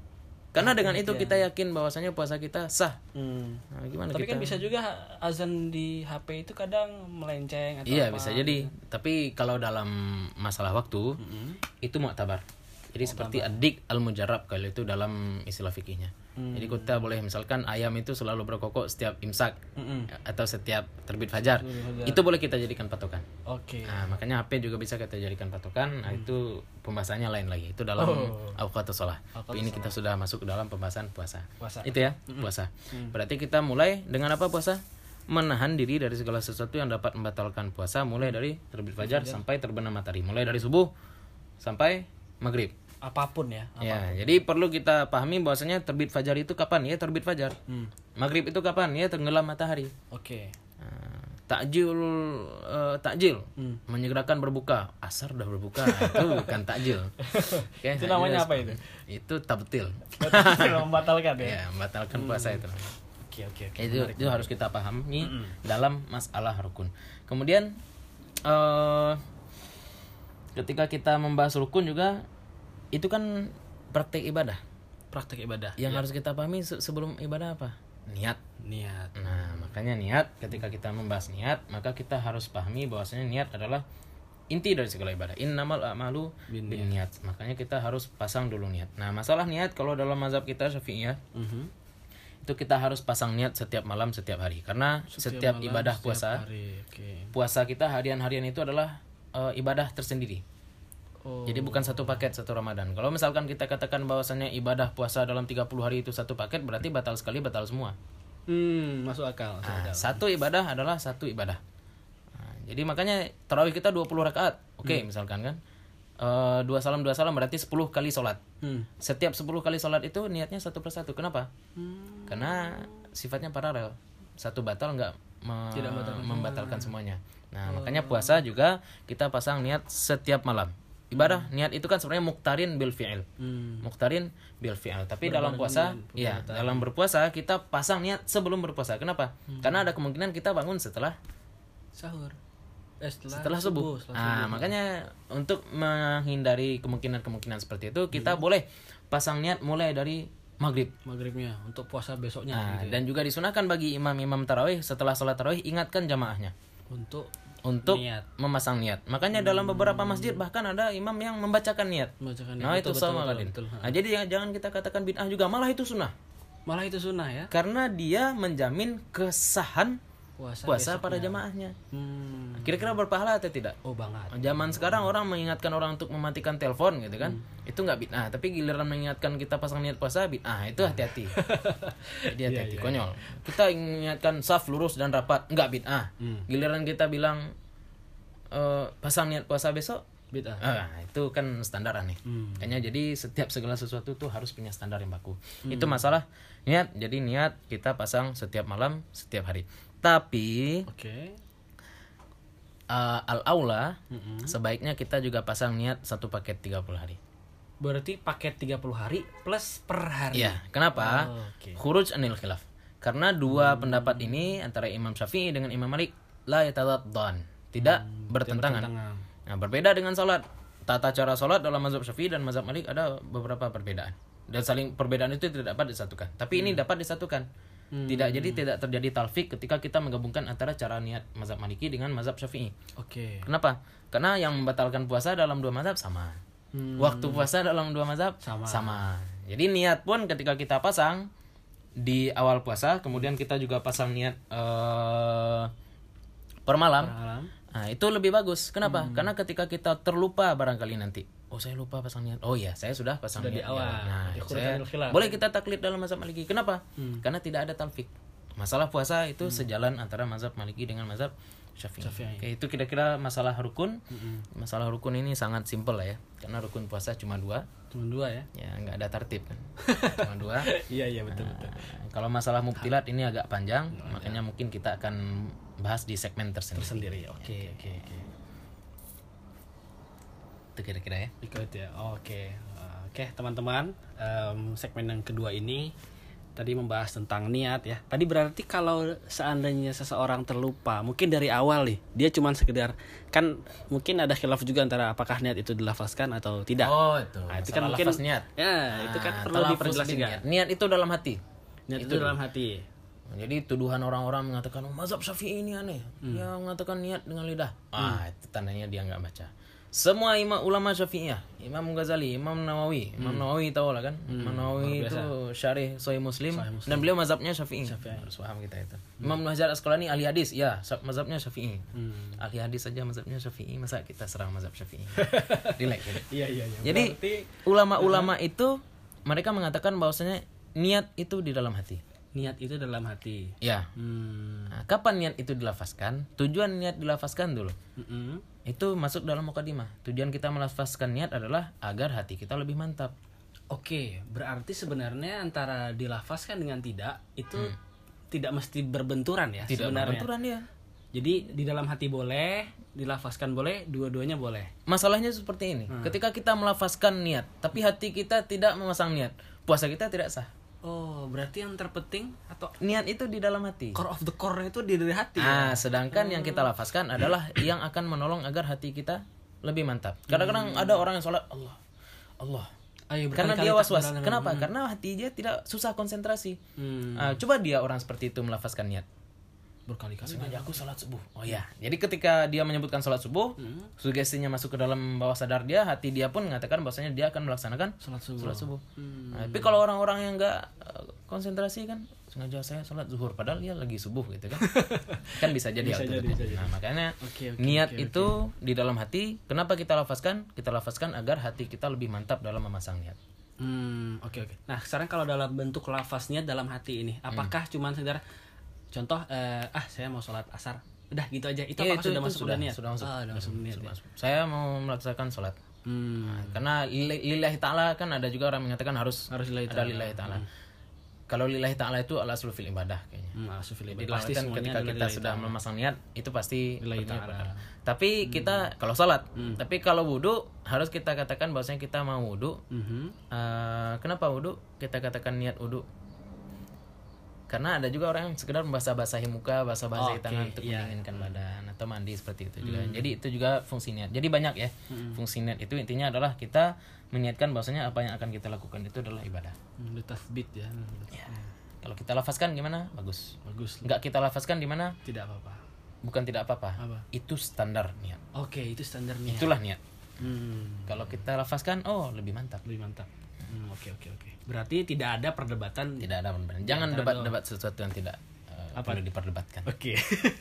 Karena dengan itu kita yakin bahwasanya puasa kita sah. Hmm. Nah, gimana Tapi kita? kan bisa juga azan di H P itu kadang melenceng atau Iya apa. bisa jadi. Tapi kalau dalam masalah waktu Mm-mm. itu mu'tabar. Jadi seperti adik al-mujarrab kalau itu dalam istilah fikihnya. Hmm. Jadi kita boleh misalkan ayam itu selalu berkokok setiap imsak Mm-mm. atau setiap terbit fajar. Terbit fajar. Itu boleh kita jadikan patokan. Oke. Nah, makanya H P juga bisa kita jadikan patokan. Nah, itu pembahasannya lain lagi. Itu dalam Oh. awqatus shalah. Awqatus Tapi ini kita sudah masuk ke dalam pembahasan puasa. Puasa. Itu ya, puasa. Berarti kita mulai dengan apa puasa? Menahan diri dari segala sesuatu yang dapat membatalkan puasa, mulai dari terbit fajar sampai terbenam matahari. Mulai dari subuh sampai maghrib. Apapun ya. Ya, jadi perlu kita pahami bahwasanya terbit fajar itu kapan? Ya, terbit fajar. Hmm. Maghrib itu kapan? Ya, tenggelam matahari. Oke. Nah, takjil eh, takjil Hmm. menyegerakan berbuka. Asar udah berbuka. Itu bukan takjil. Oke, Itu namanya apa itu? Itu tabtil. Membatalkan ya. Ya, membatalkan puasa itu. Oke oke oke. Itu, itu harus kita pahami dalam masalah rukun. Kemudian eh ketika kita membahas rukun juga itu kan praktek ibadah. Praktek ibadah. Yang harus kita pahami se- sebelum ibadah apa? Niat. Niat. Nah, makanya niat, ketika kita membahas niat, maka kita harus pahami bahwasanya niat adalah inti dari segala ibadah. Innamal a'malu Bin binniyat. Makanya kita harus pasang dulu niat. Nah, masalah niat kalau dalam mazhab kita Syafi'iyah, Mhm. itu kita harus pasang niat setiap malam, setiap hari. Karena setiap, malam, ibadah setiap puasa, hari. Oke. puasa kita harian-harian itu adalah eh, ibadah tersendiri. Oh. Jadi bukan satu paket satu Ramadan. Kalau misalkan kita katakan bahwasannya ibadah puasa dalam tiga puluh hari itu satu paket, berarti batal sekali, batal semua. Hmm, masuk akal. masuk Nah, akal. satu ibadah adalah satu ibadah. Nah, jadi makanya tarawih kita dua puluh rakaat. Oke, misalkan kan. Eh, dua salam dua salam berarti sepuluh kali sholat. Hmm. Setiap sepuluh kali sholat itu niatnya satu persatu. Kenapa? Hmm. Karena sifatnya paralel. Satu batal nggak me- Tidak membatalkan membatalkan semuanya. Nah, makanya puasa juga kita pasang niat setiap malam. Ibadah niat itu kan sebenarnya muktarin bil fi'il. Hmm. Muktarin bil fi'il. Tapi dalam puasa, ya, dalam berpuasa kita pasang niat sebelum berpuasa. Kenapa? Karena ada kemungkinan kita bangun setelah Sahur. Eh, setelah, setelah subuh. setelah Nah, subuh. makanya untuk menghindari kemungkinan-kemungkinan seperti itu, kita boleh pasang niat mulai dari maghrib. Maghribnya untuk puasa besoknya Nah, gitu ya. dan juga disunahkan bagi imam-imam tarawih setelah sholat tarawih ingatkan jamaahnya Untuk untuk niat. memasang niat. Makanya dalam beberapa masjid bahkan ada imam yang membacakan niat. Membacakan niat. Nah, Betul, itu betul, sama betul, Kadin. betul. Nah, jadi jangan- jangan kita katakan bid'ah juga, malah itu sunnah. Malah itu sunnah ya. Karena dia menjamin kesahan Puasa, puasa besoknya. pada jamaahnya. Hmm. Kira-kira berpahala atau tidak? Oh banget. Zaman sekarang orang mengingatkan orang untuk mematikan telepon gitu kan. Hmm. Itu nggak bid'ah, tapi giliran mengingatkan kita pasang niat puasa bid'ah. Itu hati-hati. Jadi hati-hati, Iya, iya, konyol. Kita ingatkan saf lurus dan rapat, nggak bid'ah. Hmm. Giliran kita bilang eh, pasang niat puasa besok, Bid'ah. ah, itu kan standar aneh. Hmm. Kayaknya jadi setiap segala sesuatu tuh harus punya standar yang baku. Itu masalah niat. Jadi niat kita pasang setiap malam, setiap hari. Tapi Oke. uh, al-aula Mm-mm. sebaiknya kita juga pasang niat satu paket tiga puluh hari. Berarti paket tiga puluh hari plus per hari. Iya, kenapa? Oh, oke. Khuruj anil khilaf. Karena dua pendapat ini antara Imam Syafi'i dengan Imam Malik la yatadaddan, tidak bertentangan. bertentangan. Nah, berbeda dengan salat. Tata cara salat dalam mazhab Syafi'i dan mazhab Malik ada beberapa perbedaan. Dan saling perbedaan itu tidak dapat disatukan. Tapi ini dapat disatukan. Tidak, jadi tidak terjadi talfik ketika kita menggabungkan antara cara niat mazhab Maliki dengan mazhab Syafi'i. Oke. Kenapa? Karena yang membatalkan puasa dalam dua mazhab sama. Hmm. Waktu puasa dalam dua mazhab Sama. Jadi niat pun ketika kita pasang di awal puasa, kemudian kita juga pasang niat eh per malam. Malam. Nah, itu lebih bagus. Kenapa? Karena ketika kita terlupa barangkali nanti, oh saya lupa pasang niat. Oh iya, saya sudah pasang Sudah di niat. awal. Nah, Di saya, khurufil khilaf. boleh kita taklid dalam mazhab Maliki. Kenapa? Hmm. Karena tidak ada talfik. Masalah puasa itu sejalan antara mazhab Maliki dengan mazhab Syafi'i. Syafi'i. Oke, itu kira-kira masalah rukun. Mm-mm. Masalah rukun ini sangat simpel lah ya. Karena rukun puasa cuma dua. Cuma dua ya. Ya, nggak ada tertib kan. Cuma dua. Iya iya betul betul. Nah, kalau masalah mubtilat ini agak panjang, makanya mungkin kita akan bahas di segmen tersendiri. Tersendiri. Oke oke oke. Itu kira-kira ya. Ikut ya. Oke. Oke teman-teman, Em, segmen yang kedua ini tadi membahas tentang niat ya. Tadi berarti kalau seandainya seseorang terlupa, mungkin dari awal nih, dia cuma sekedar, kan mungkin ada khilaf juga antara apakah niat itu dilafazkan atau tidak. Oh itu. Nah, itu Masalah kan mungkin lafaz niat. Ya, Nah, itu kan perlu talafuz diperjelas bin juga. Niat. Niat itu dalam hati. Niat itu, Itu dalam hati. Jadi tuduhan orang-orang mengatakan oh, mazhab Syafi'i ini aneh. Hmm. Dia mengatakan niat dengan lidah. Ah, itu tandanya dia nggak baca. Semua imam ulama Syafi'iyah, Imam Ghazali, Imam Nawawi, Imam Hmm. Nawawi tahu lah kan? Hmm, Imam Nawawi luar biasa. itu syarih Sahih Muslim, Sahih Muslim. dan beliau mazhabnya Syafi'i. Syafi'i. Harus paham kita itu. Imam Hajar Asqalani ahli hadis, ya, sa- mazhabnya Syafi'i. Hmm. Ahli hadis saja mazhabnya Syafi'i, masa kita serang mazhab Syafi'i? Relax gitu. Iya iya iya. Jadi Berarti ulama-ulama itu mereka mengatakan bahwasanya niat itu di dalam hati. niat itu dalam hati. Ya. Hmm. Nah, kapan niat itu dilafazkan? Tujuan niat dilafazkan dulu. Mm-mm. Itu masuk dalam mukadimah. Tujuan kita melafazkan niat adalah agar hati kita lebih mantap. Oke, berarti sebenarnya antara dilafazkan dengan tidak itu tidak mesti berbenturan ya Tidak sebenarnya. berbenturan dia. Jadi di dalam hati boleh, dilafazkan boleh, dua-duanya boleh. Masalahnya seperti ini. Ketika kita melafazkan niat, tapi hati kita tidak memasang niat, puasa kita tidak sah. Oh, berarti yang terpenting atau Niat itu di dalam hati. core of the core itu di dari hati. Ah, ya? sedangkan yang kita lafazkan adalah yang akan menolong agar hati kita lebih mantap. Kadang-kadang ada orang yang sholat Allah, Allah. Ayo, Karena berkali-kali dia was-was. takbiran dengan- Kenapa? Karena hati dia tidak susah konsentrasi. Hmm. Ah, coba dia orang seperti itu melafazkan niat. Berkali-kali. Sengaja aku sholat subuh. Oh ya. Jadi ketika dia menyebutkan sholat subuh, Hmm. sugestinya masuk ke dalam bawah sadar dia, hati dia pun mengatakan bahwasanya dia akan melaksanakan Sholat subuh. sholat subuh. Hmm. Nah, tapi kalau orang-orang yang enggak uh, konsentrasi kan, sengaja saya sholat zuhur padahal dia lagi subuh gitu kan. Kan bisa jadi Bisa hal jadi, itu. bisa jadi. Nah, makanya Oke, oke, niat oke, itu di dalam hati. Kenapa kita lafazkan? Kita lafazkan agar hati kita lebih mantap dalam memasang niat. Hmm, oke oke. Nah, sekarang kalau dalam bentuk lafaznya dalam hati ini, apakah cuman sekedar contoh eh, ah saya mau sholat asar, udah gitu aja. Itu Iya, apakah sudah masuk sudah, ke niat? sudah masuk. Ah, udah masuk niat. Sudah Ya. masuk. Saya mau melaksanakan sholat. Hmm. Nah, karena lillah- lillahi ta'ala kan ada juga orang mengatakan harus Harus lillahi ada ta'ala. lillahi ta'ala. Kalau lillahi ta'ala itu al-aslu fil ibadah kayaknya. Hmm, asufil Jadi ibadah. Pasti kan semuanya ketika adalah kita lillahi sudah ta'ala. memasang niat itu pasti Lillahi berniat ta'ala. benar. Tapi kita kalau sholat, tapi kalau wudhu harus kita katakan bahwasanya kita mau wudhu. Mhm. Eh, kenapa wudhu? Kita katakan niat wudhu. Karena ada juga orang yang sekedar membasah-basahi muka, basah-basahi Oke, tangan untuk iya. mendinginkan badan atau mandi seperti itu juga. Jadi itu juga fungsi niat. Jadi banyak ya. Fungsi niat itu intinya adalah kita meniatkan bahwasanya apa yang akan kita lakukan itu adalah ibadah. Hmm, tasbih ya. Ya. Kalau kita lafazkan gimana? Bagus. Bagus. Enggak kita lafazkan di mana? Tidak apa-apa. Bukan tidak apa-apa. Apa? Itu standar niat. Oke, itu standar niat. Itulah niat. Hmm, Kalau kita lafazkan, oh lebih mantap. lebih mantap. Hmm, oke oke oke. Berarti tidak ada perdebatan. Tidak ada perdebatan. Jangan antara debat-debat sesuatu yang tidak eh, Apa? perlu diperdebatkan. Oke.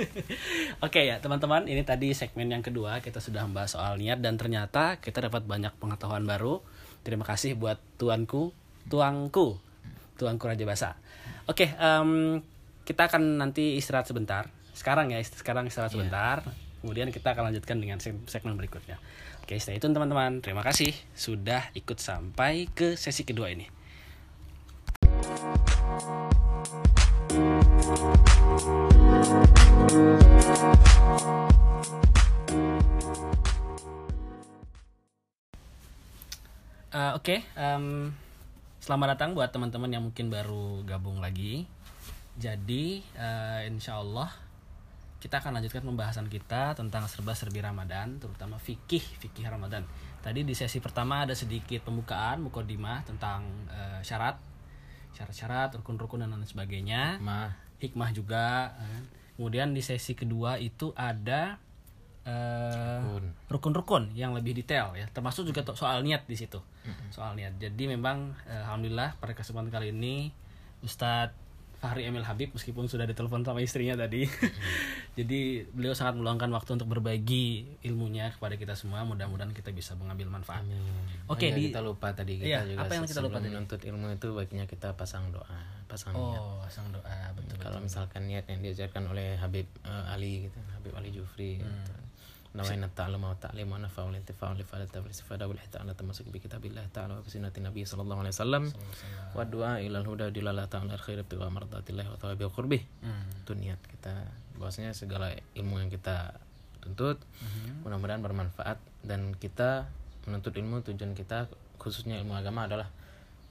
Oke ya, teman-teman, ini tadi segmen yang kedua kita sudah membahas soal niat dan ternyata kita dapat banyak pengetahuan baru. Terima kasih buat tuanku, tuangku, tuangku Raja Basa. Oke, em, kita akan nanti istirahat sebentar. Sekarang ya, ist- sekarang istirahat sebentar. Kemudian kita akan lanjutkan dengan seg- segmen berikutnya. Oke, stay tune teman-teman. Terima kasih sudah ikut sampai ke sesi kedua ini. Eh, Oke, em, selamat datang buat teman-teman yang mungkin baru gabung lagi. Jadi, eh, insya Allah kita akan lanjutkan pembahasan kita tentang serba-serbi Ramadan, terutama fikih fikih Ramadan. Tadi di sesi pertama ada sedikit pembukaan mukodimah tentang eh, syarat, syarat-syarat, rukun-rukun dan lain sebagainya. Mah, Hikmah juga. eh. Kemudian di sesi kedua itu ada eh, Rukun. rukun-rukun yang lebih detail ya, termasuk juga to- soal niat di situ. Soal niat. Jadi memang eh, alhamdulillah pada kesempatan kali ini Ustadz Fahri Emil Habib meskipun sudah ditelepon sama istrinya tadi. Jadi beliau sangat meluangkan waktu untuk berbagi ilmunya kepada kita semua. Mudah-mudahan kita bisa mengambil manfaat. amin. Oke, Enggak, di- kita lupa tadi kita Iya, juga apa yang kita lupa sebelum tadi? menuntut ilmu itu baiknya kita pasang doa, pasang niat. Oh, sang doa betul. Kalau misalkan niat yang diajarkan oleh Habib eh, Ali gitu, Habib Ali Jufri Hmm. gitu. Nawaina ta'ala wa ta'lim wa nafa'u wa intifa'u li fa'alata wa istifada wa ihti'ala tamasuk bi kitabillah ta'ala wa sunnati nabi sallallahu alaihi wasallam wa du'a ilal huda dilala ta'ala khair wa mardatillahi wa thawabi qurbih. Hmm. Itu niat kita, bahwasanya segala ilmu yang kita tuntut mudah-mudahan bermanfaat, dan kita menuntut ilmu tujuan kita khususnya ilmu agama adalah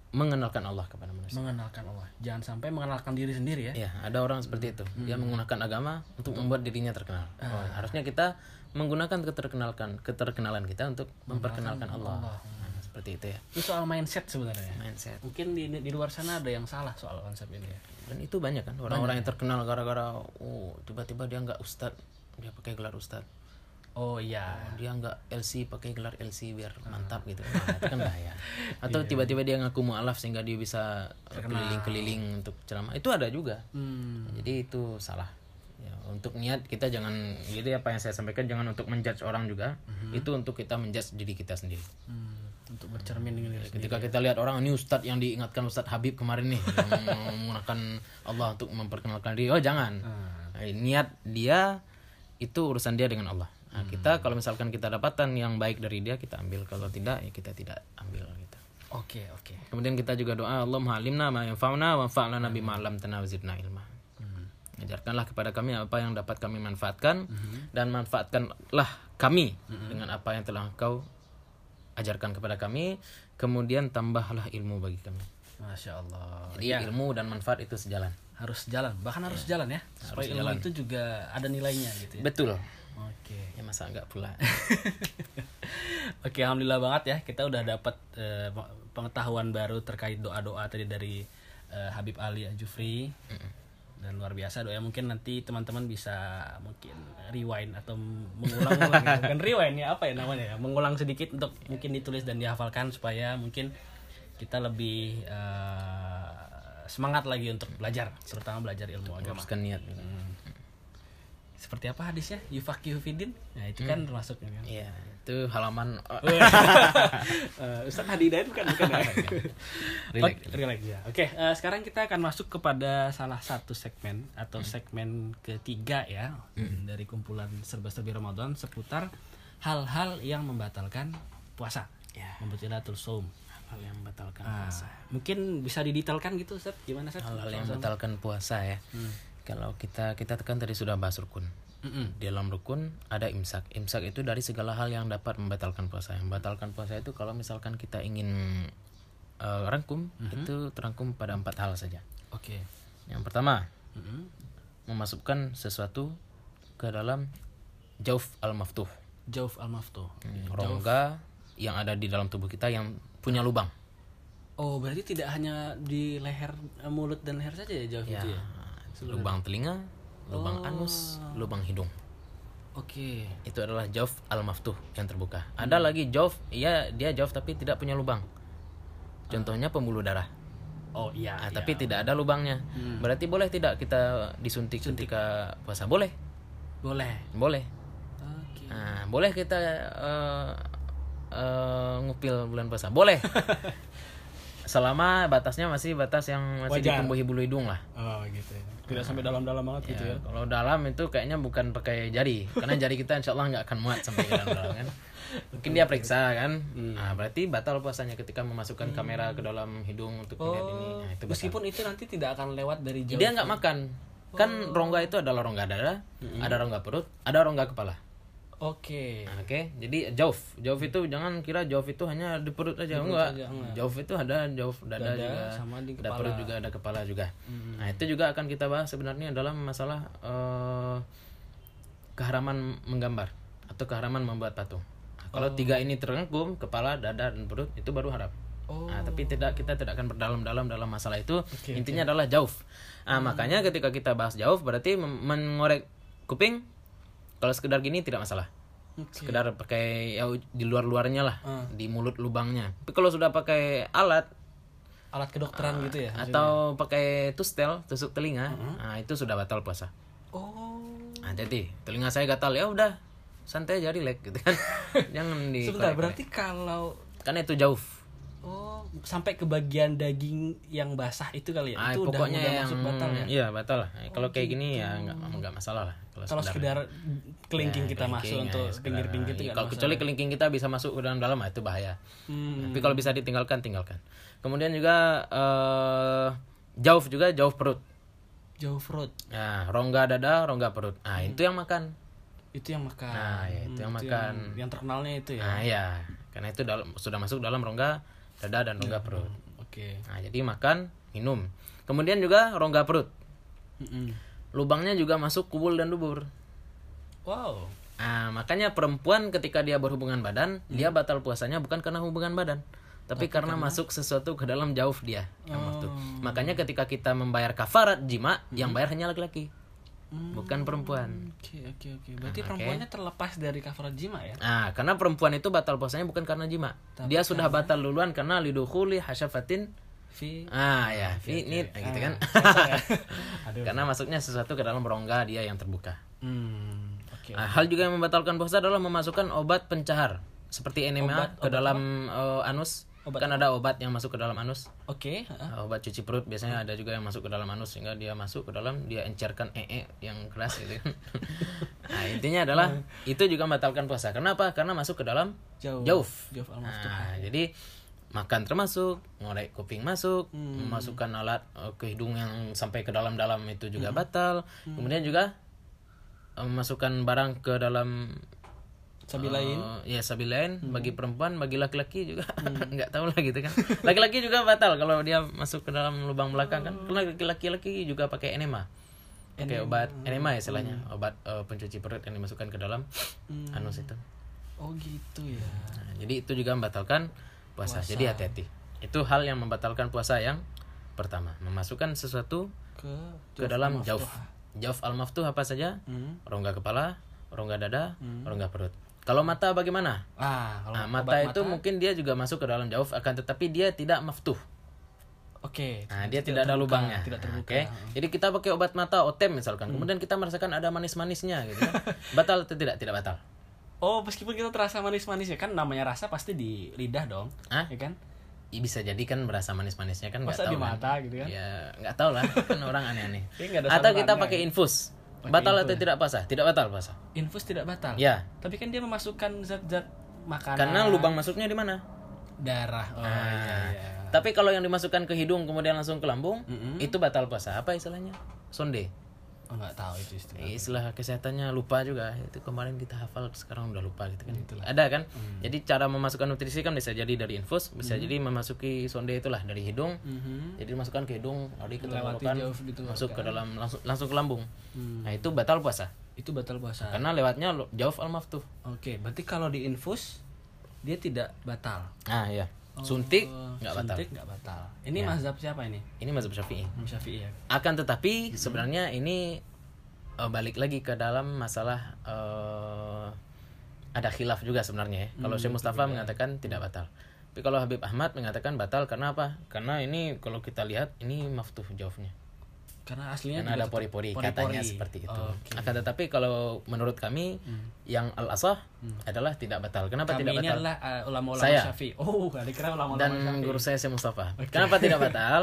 mengenalkan Allah kepada manusia. Mengenalkan Allah. Jangan sampai mengenalkan diri sendiri ya. Ya, ada orang seperti itu. Dia Hmm. menggunakan agama untuk membuat dirinya terkenal. Ah. Oh, harusnya kita menggunakan keterkenalkan keterkenalan kita untuk memperkenalkan Allah. Allah. Nah, seperti itu ya. Itu soal mindset sebenarnya. Mindset. Mungkin di di luar sana ada yang salah soal konsep ini ya. Dan itu banyak kan orang-orang yang terkenal gara-gara oh tiba-tiba dia nggak ustad, dia pakai gelar ustad. Oh iya. Dia nggak L C, pakai gelar L C biar mantap gitu. Nah, itu kan bahaya. Atau tiba-tiba dia ngaku mu'alaf sehingga dia bisa keliling-keliling untuk ceramah. Itu ada juga. Hmm. Jadi itu salah. Ya, untuk niat kita jangan, jadi apa yang saya sampaikan jangan untuk menjudge orang juga. Itu untuk kita menjudge diri kita sendiri. Hmm. Untuk bercermin dengan diri sendiri. Ketika kita lihat orang ini ustadz yang diingatkan Ustadz Habib kemarin nih yang menggunakan Allah untuk memperkenalkan diri, oh jangan. Ah. Niat dia itu urusan dia dengan Allah. Nah, kita kalau misalkan kita dapatkan yang baik dari dia kita ambil, kalau tidak ya kita tidak ambil gitu. Oke, oke. Kemudian kita juga doa Allahumma alimna ma yanfa'una wanfa'lana bima 'allamtana wazidna ilma. Hmm. Ajarkanlah kepada kami apa yang dapat kami manfaatkan dan manfaatkanlah kami dengan apa yang telah Engkau ajarkan kepada kami, kemudian tambahlah ilmu bagi kami. Masya Allah. Jadi Ya, ilmu dan manfaat itu sejalan. harus jalan, bahkan harus jalan ya. Supaya ilmu jalan. itu juga ada nilainya gitu ya. Betul. Oke. Ya masa enggak pula. Oke, alhamdulillah banget ya kita udah dapat eh, pengetahuan baru terkait doa-doa tadi dari eh, Habib Ali Al-Jufri. Dan luar biasa doa, mungkin nanti teman-teman bisa mungkin rewind atau mengulang-ulang gitu. Bukan rewind ya, apa ya namanya ya, mengulang sedikit untuk mungkin ditulis dan dihafalkan supaya mungkin kita lebih eh, semangat lagi untuk belajar, terutama belajar ilmu agama. Haruskan niat. Hmm. Seperti apa hadisnya? Yufaqihu fiddin. Nah, itu kan termasuk kan. Iya, itu halaman uh, Ustaz Hadi Hidayat bukan bukan. Ya? Relax. Oke, relax ya. Oke, uh, sekarang kita akan masuk kepada salah satu segmen atau segmen ketiga ya dari kumpulan serba-serbi Ramadan seputar hal-hal yang membatalkan puasa. Ya. Membatilatul shaum. Hal yang membatalkan Ah, puasa. mungkin bisa didetailkan gitu, Ustaz? Gimana, Ustaz? Hal-hal yang membatalkan puasa ya. Hmm. Kalau kita kita kan tadi sudah bahas rukun. Mm-mm. Di dalam rukun ada imsak. Imsak itu dari segala hal yang dapat membatalkan puasa. Yang membatalkan puasa itu kalau misalkan kita ingin uh, rangkum, itu terangkum pada empat hal saja. Oke. Yang pertama, Mm-mm. memasukkan sesuatu ke dalam jauf al-maftuh. Jauf al-maftuh. Rongga yang ada di dalam tubuh kita yang punya lubang. Oh, berarti tidak hanya di leher, eh, mulut dan leher saja ya jauf Ya, itu ya? lubang telinga, lubang Oh. anus, lubang hidung. Oke. Itu adalah jauf al-maftuh yang terbuka. Ada lagi jauf, iya dia jauf tapi tidak punya lubang. Contohnya pembuluh darah. Oh iya. Ah, iya. tapi tidak ada lubangnya. Hmm. Berarti boleh tidak kita disuntik ketika puasa? Boleh. Boleh. Boleh. Oke. Nah, boleh kita uh, uh, ngupil bulan puasa? Boleh. Selama batasnya masih batas yang masih Wajar. ditumbuhi bulu hidung lah. Oh gitu ya. Tidak sampai dalam-dalam banget gitu Ya, ya. kalau dalam itu kayaknya bukan pakai jari, karena jari kita insya Allah nggak akan muat sampai ke dalam kan. Mungkin dia periksa kan, nah berarti batal puasanya ketika memasukkan kamera ke dalam hidung untuk melihat ini. Oh, Nah, itu batal. meskipun itu nanti tidak akan lewat dari jauh. Dia nggak makan, kan rongga itu adalah rongga dada, ada rongga perut, ada rongga kepala. Oke. Nah, Oke, jadi jauf, jauf itu jangan kira jauf itu hanya di perut aja, perut enggak. aja, enggak. Jauf itu ada jauf dada, Dada juga, sama di ada kepala. perut juga, ada kepala juga. Nah itu juga akan kita bahas sebenarnya dalam masalah eh, keharaman menggambar atau keharaman membuat patung. Nah, kalau tiga ini terangkum, kepala, dada, dan perut itu baru haram. Oh. Nah, tapi tidak kita tidak akan berdalam-dalam dalam masalah itu. Oke, Intinya adalah jauf. Nah, makanya ketika kita bahas jauf berarti mem- mengorek kuping. Kalau sekedar gini tidak masalah. Oke. Sekedar pakai ya di luar-luarnya lah, Ah. di mulut lubangnya. Tapi kalau sudah pakai alat Alat kedokteran gitu ya. atau pakai tustel, tusuk telinga, nah itu sudah batal puasa. Oh. Nah, jadi telinga saya gatal, ya udah santai aja relax gitu kan. Jangan di Sebentar, berarti kalau karena itu jauh. oh sampai ke bagian daging yang basah itu kali ya. Ah, itu udah, pokoknya udah yang masuk batal ya. iya batal lah. Kalau kayak gini ya nggak nggak masalah lah. Kalau sekedar kelingking ya, kita kelingking, masuk ya, untuk sekedar- pinggir-pinggir itu iya, nggak kalau kecuali kelingking kita bisa masuk ke dalam dalam ah, itu bahaya. Hmm. Tapi kalau bisa ditinggalkan tinggalkan. Kemudian juga eh jauh juga jauh perut. Jauh perut. Nah, rongga dada, rongga perut. Nah, itu yang makan. Itu yang makan. Nah, ya, itu yang Hmm, makan. Yang, yang terkenalnya itu ya. Nah, ya. Karena itu dalam sudah masuk dalam rongga dada dan rongga perut. Oke. Oke. Nah, jadi makan, minum. Kemudian juga rongga perut. Mm-mm. Lubangnya juga masuk kubul dan dubur. Wow. Nah, makanya perempuan ketika dia berhubungan badan, Hmm. dia batal puasanya bukan karena hubungan badan, tapi, karena, masuk sesuatu ke dalam jauf dia. Yang waktu. Oh. Makanya ketika kita membayar kafarat jima, Hmm. yang bayar hanya laki-laki, bukan perempuan. Oke oke oke. Berarti Nah, perempuannya terlepas dari kafarat jima ya? Nah, karena perempuan itu batal puasanya bukan karena jima. Tapi Dia sudah batal duluan karena lidukhuli hasyafatin. Vi. Ah ya, Oke, fi oke. nit, gitu kan. Ah, Aduh. Karena masuknya sesuatu ke dalam rongga dia yang terbuka. Hmm. Oke. Nah, hal juga yang membatalkan puasa adalah memasukkan obat pencahar seperti enema Obat- ke obat dalam eh, anus. Obat Kan ada obat yang masuk ke dalam anus. Oke. heeh. Obat cuci perut biasanya ada juga yang masuk ke dalam anus sehingga dia masuk ke dalam, dia encerkan ee yang keras gitu kan. Nah, intinya adalah itu juga membatalkan puasa. Kenapa? Karena masuk ke dalam Jauh. jauf. Jauf al-maftuh. Nah, jadi makan termasuk, ngorek kuping masuk, Hmm. memasukkan alat eh, ke hidung yang sampai ke dalam-dalam itu juga Hmm. batal. Kemudian juga eh, memasukkan barang ke dalam Sabi lain. eh, ya sabi lain bagi perempuan, bagi laki-laki juga Hmm. nggak tahu lah gitu kan. Laki-laki juga batal kalau dia masuk ke dalam lubang belakang kan. Karena laki-laki juga pakai enema. Pakai obat enema ya istilahnya, obat eh, pencuci perut yang dimasukkan ke dalam Hmm. anus itu. Oh gitu ya. Nah, jadi itu juga membatalkan puasa. Puasa. Jadi hati-hati. Itu hal yang membatalkan puasa yang pertama, memasukkan sesuatu Ke ke jauf dalam al-maftuh. jauf. Jauf al-maftuh apa saja? Hmm. Rongga kepala, rongga dada, rongga perut. Kalau mata bagaimana? Ah, kalau Nah, obat mata itu mungkin dia juga masuk ke dalam jauf, akan tetapi dia tidak maftuh. Oke. Nah, dia tidak, ada terbuka, lubangnya. Tidak Nah, terbuka. Oke. Jadi kita pakai obat mata Otem misalkan. Kemudian kita merasakan ada manis-manisnya gitu kan. Batal atau tidak? Tidak batal. Oh, meskipun kita terasa manis-manis ya kan, namanya rasa pasti di lidah dong. Hah? Ya kan? Ih, bisa jadi kan berasa manis-manisnya kan nggak Masa tahu di kan. mata gitu kan? Ya nggak tahu lah, kan orang aneh-aneh. Ini nggak ada Atau kita salurannya, pakai ya? infus. Pakai Batal atau infus. tidak puasa? Tidak batal puasa. Infus tidak batal. Ya. Tapi kan dia memasukkan zat-zat makanan. Karena lubang masuknya di mana? darah. Oh Nah, iya iya. Tapi kalau yang dimasukkan ke hidung kemudian langsung ke lambung, Mm-mm. itu batal puasa. Apa istilahnya? Sonde. Oh enggak tahu itu istilah. Eh, Istilah kesehatannya lupa juga. Itu kemarin kita hafal, sekarang udah lupa gitu kan. Itulah. Ada kan? Jadi cara memasukkan nutrisi kan bisa jadi dari infus, bisa Mm-hmm. jadi memasuki sonde itulah dari hidung. Mhm. Jadi dimasukkan ke hidung, lalu ke Melewati tenggorokan, jauf gitu masuk ke kan. dalam langsung langsung ke lambung. Hmm. Nah, itu batal puasa. Itu batal puasa. Karena lewatnya lo- jauf al-maftuh. Oke, berarti kalau di infus dia tidak batal. Ah iya. Suntik Oh, nggak batal. Suntik nggak batal. Ini Ya. mazhab siapa ini? Ini mazhab Syafi'i. Imam Syafi'i ya. Akan tetapi sebenarnya ini eh, balik lagi ke dalam masalah eh, ada khilaf juga sebenarnya ya. Kalau Syekh Mustafa mengatakan tidak batal. Tapi kalau Habib Ahmad mengatakan batal karena apa? Karena ini kalau kita lihat ini maftuh jaufnya. Karena aslinya Karena juga ada pori-pori, katanya seperti itu. Oh, oke. Akan tetapi kalau menurut kami yang al-asah adalah tidak batal. Kenapa Kami tidak ini batal? adalah uh, ulama-ulama Saya. Syafi'i. Oh, kali kira ulama-ulama Dan Syafi'i. guru saya Syekh Mustafa. Kenapa tidak batal?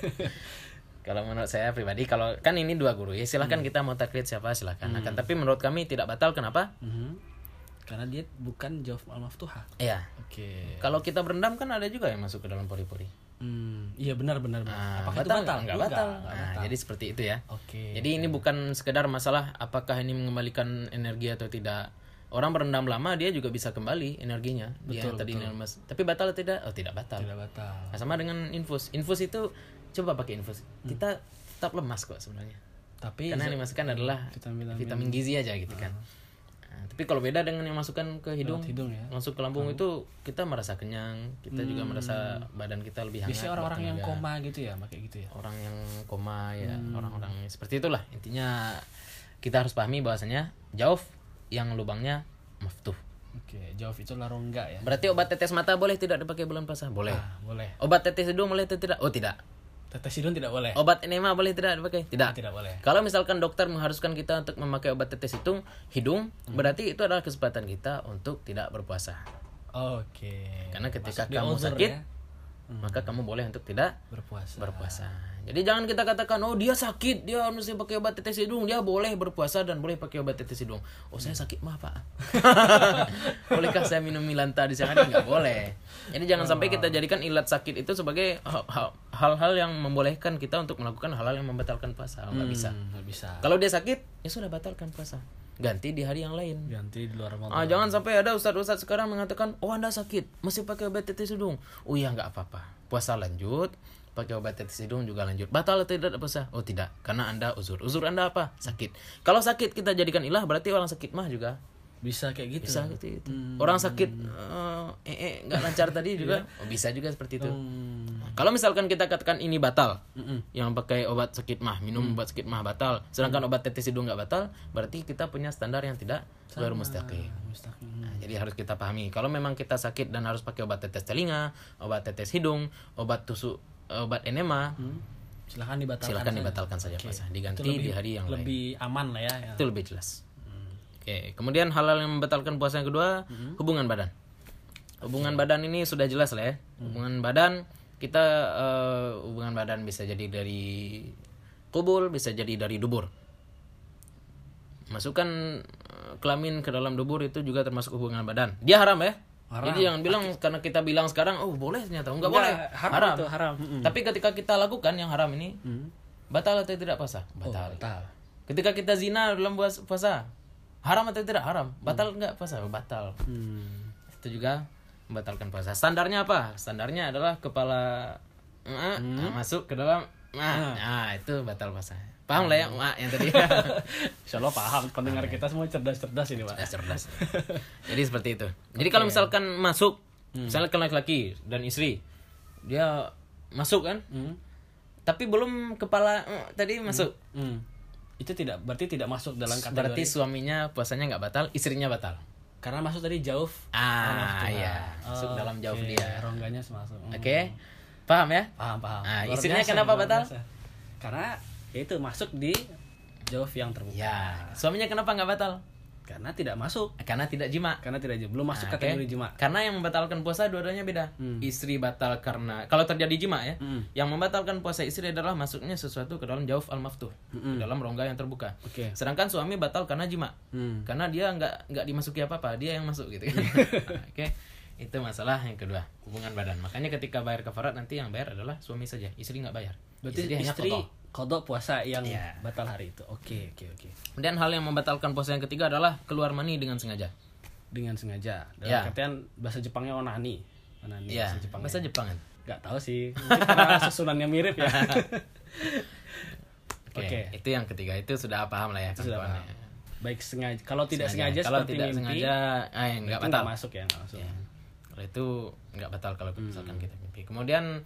Kalau menurut saya pribadi, kalau kan ini dua guru ya, silahkan kita mau taklid siapa silahkan. Akan tapi menurut kami tidak batal. Kenapa? Mhm. Karena dia bukan jauf al-maftuha. Iya. Oke. Kalau kita berendam kan ada juga yang masuk ke dalam pori-pori. Hmm, iya benar benar. benar. Nah, Apakah itu batal? batal? Enggak Enggak, batal. enggak Nah, batal. jadi seperti itu ya. Oke. Jadi ini bukan sekedar masalah apakah ini mengembalikan energi atau tidak. Orang berendam lama dia juga bisa kembali energinya. Dia Betul, tadi betul. lemas. Tapi batal atau tidak? Oh, tidak batal. tidak batal. Nah, sama dengan infus. Infus itu coba pakai infus. Kita tetap lemas kok sebenarnya. Tapi Karena yang zat- dimasukkan adalah vitamin- vitamin gizi aja gitu kan. Nah, tapi kalau beda dengan yang masukkan ke hidung, Lewat hidung ya. masuk ke lambung itu kita merasa kenyang, kita juga merasa badan kita lebih hangat. biasanya orang-orang yang bertenaga. koma gitu ya, pakai gitu ya. Orang yang koma ya, Hmm. orang-orang seperti itulah. Intinya kita harus pahami bahwasanya jauf yang lubangnya maftuh. Oke, jauf itu lah rongga ya. Berarti obat tetes mata boleh tidak dipakai bulan puasa? Boleh. Ah, boleh. Obat tetes hidung boleh atau tidak? Oh, tidak. Tetes hidung tidak boleh. Obat enema boleh tidak dipakai? Tidak. Tidak boleh. Kalau misalkan dokter mengharuskan kita untuk memakai obat tetes hidung, hidung, Hmm. berarti itu adalah kesempatan kita untuk tidak berpuasa. Oke. Karena ketika Masuk di kamu uzur sakit, ya, maka kamu boleh untuk tidak berpuasa. berpuasa. Jadi jangan kita katakan, oh dia sakit, dia mesti pakai obat tetes hidung, dia boleh berpuasa dan boleh pakai obat tetes hidung. Oh saya sakit mah pak. Bolehkah saya minum milanta di sana? Nggak boleh. Jadi jangan sampai kita jadikan ilat sakit itu sebagai hal- hal-hal yang membolehkan kita untuk melakukan hal-hal yang membatalkan puasa. Nggak bisa. Hmm, nggak bisa. Kalau dia sakit, ya sudah batalkan puasa. ganti di hari yang lain. Ganti di luar Ramadan. Ah, jangan sampai ada ustadz-ustadz sekarang mengatakan, oh anda sakit, mesti pakai obat tetes hidung. Oh iya nggak apa-apa, puasa lanjut, pakai obat tetes hidung juga lanjut. Batal atau tidak puasa? Oh tidak, karena anda uzur. Uzur anda apa? Sakit. Kalau sakit kita jadikan ilah, berarti orang sakit mah juga bisa kayak gitu. Bisa gitu. gitu. Hmm. Orang sakit uh, eh, eh nggak lancar tadi juga, oh, bisa juga seperti itu. Hmm. Kalau misalkan kita katakan ini batal, Mm-mm. yang pakai obat sakit mah, minum mm. obat sakit mah batal, sedangkan mm. obat tetes hidung nggak batal, berarti kita punya standar yang tidak baru mustaqim. Nah, jadi harus kita pahami. Kalau memang kita sakit dan harus pakai obat tetes telinga, obat tetes hidung, obat tusuk, obat enema, mm. silakan dibatalkan. Silakan dibatalkan saja, okay. Puasa. Diganti lebih, di hari yang lebih lain. Lebih aman lah ya, ya. Itu lebih jelas. Mm. Oke. Okay. Kemudian hal-hal yang membatalkan puasa yang kedua, mm. hubungan badan. Hubungan okay. badan ini sudah jelas lah ya. Mm. Hubungan badan kita uh, hubungan badan bisa jadi dari kubul, bisa jadi dari dubur. Masukkan uh, kelamin ke dalam dubur itu juga termasuk hubungan badan. Dia haram ya. Haram. Jadi jangan bilang Aki. Karena kita bilang sekarang oh boleh ternyata enggak, enggak boleh. Haram. Haram. Itu, haram. Mm-hmm. Tapi ketika kita lakukan yang haram ini, mm. batal atau tidak puasa? Batal. Oh, batal. Ketika kita zina dalam puasa, haram atau tidak? Haram. Batal enggak puasa? Batal. Mm. Itu juga membatalkan puasa. Standarnya apa? Standarnya adalah kepala uh, hmm. uh, masuk ke dalam uh, hmm. nah itu batal puasa. Paham lah ya uh, yang tadi. Insyaallah paham. Pendengar ah, kita semua cerdas-cerdas ini, Pak. Cerdas. Jadi seperti itu. Jadi okay. Kalau misalkan masuk, hmm. misalkan laki-laki dan istri, dia masuk kan? Hmm. Tapi belum kepala uh, tadi masuk. Hmm. Hmm. Itu tidak berarti tidak masuk dalam kategori. Berarti suaminya puasanya enggak batal, istrinya batal. Karena masuk tadi jauh. Ah iya, masuk oh, dalam jauh okay. dia. Rongganya masuk. Oke. Okay. Paham ya? Paham, paham. Nah, istrinya biasa, kenapa batal? Biasa. Karena itu masuk di jauh yang terbuka. Ya. Suaminya kenapa enggak batal? Karena tidak masuk. Karena tidak jima. Karena tidak jima. Belum masuk nah, kategori okay. jima. Karena yang membatalkan puasa dua-duanya beda. Hmm. Istri batal karena kalau terjadi jima ya. Hmm. Yang membatalkan puasa istri adalah masuknya sesuatu ke dalam jauf al-maftuh, hmm. dalam rongga yang terbuka. Okay. Sedangkan suami batal karena jima. Hmm. Karena dia enggak enggak dimasuki apa-apa, dia yang masuk gitu kan. Oke. Okay. Itu masalah yang kedua, hubungan badan. Makanya ketika bayar kafarat nanti yang bayar adalah suami saja, istri enggak bayar. Berarti istri, istri kodok puasa yang yeah. batal hari itu. Oke, okay, oke, okay, oke. Okay. Dan hal yang membatalkan puasa yang ketiga adalah keluar mani dengan sengaja. Dengan sengaja. Dalam yeah. artian bahasa Jepangnya onani. Onani yeah. bahasa Jepang. Bahasa Jepang kan? Enggak tahu sih. Mungkin karena susunannya mirip ya. Oke. Okay. Okay. Itu yang ketiga. Itu sudah paham lah ya. Itu sudah paham. Baik sengaja. Kalau tidak sengaja, kalau seperti tidak mimpi, sengaja ah, enggak batal. Enggak masuk ya, enggak masuk. Ya. Kalau itu enggak batal kalau hmm. misalkan kita mimpi. Kemudian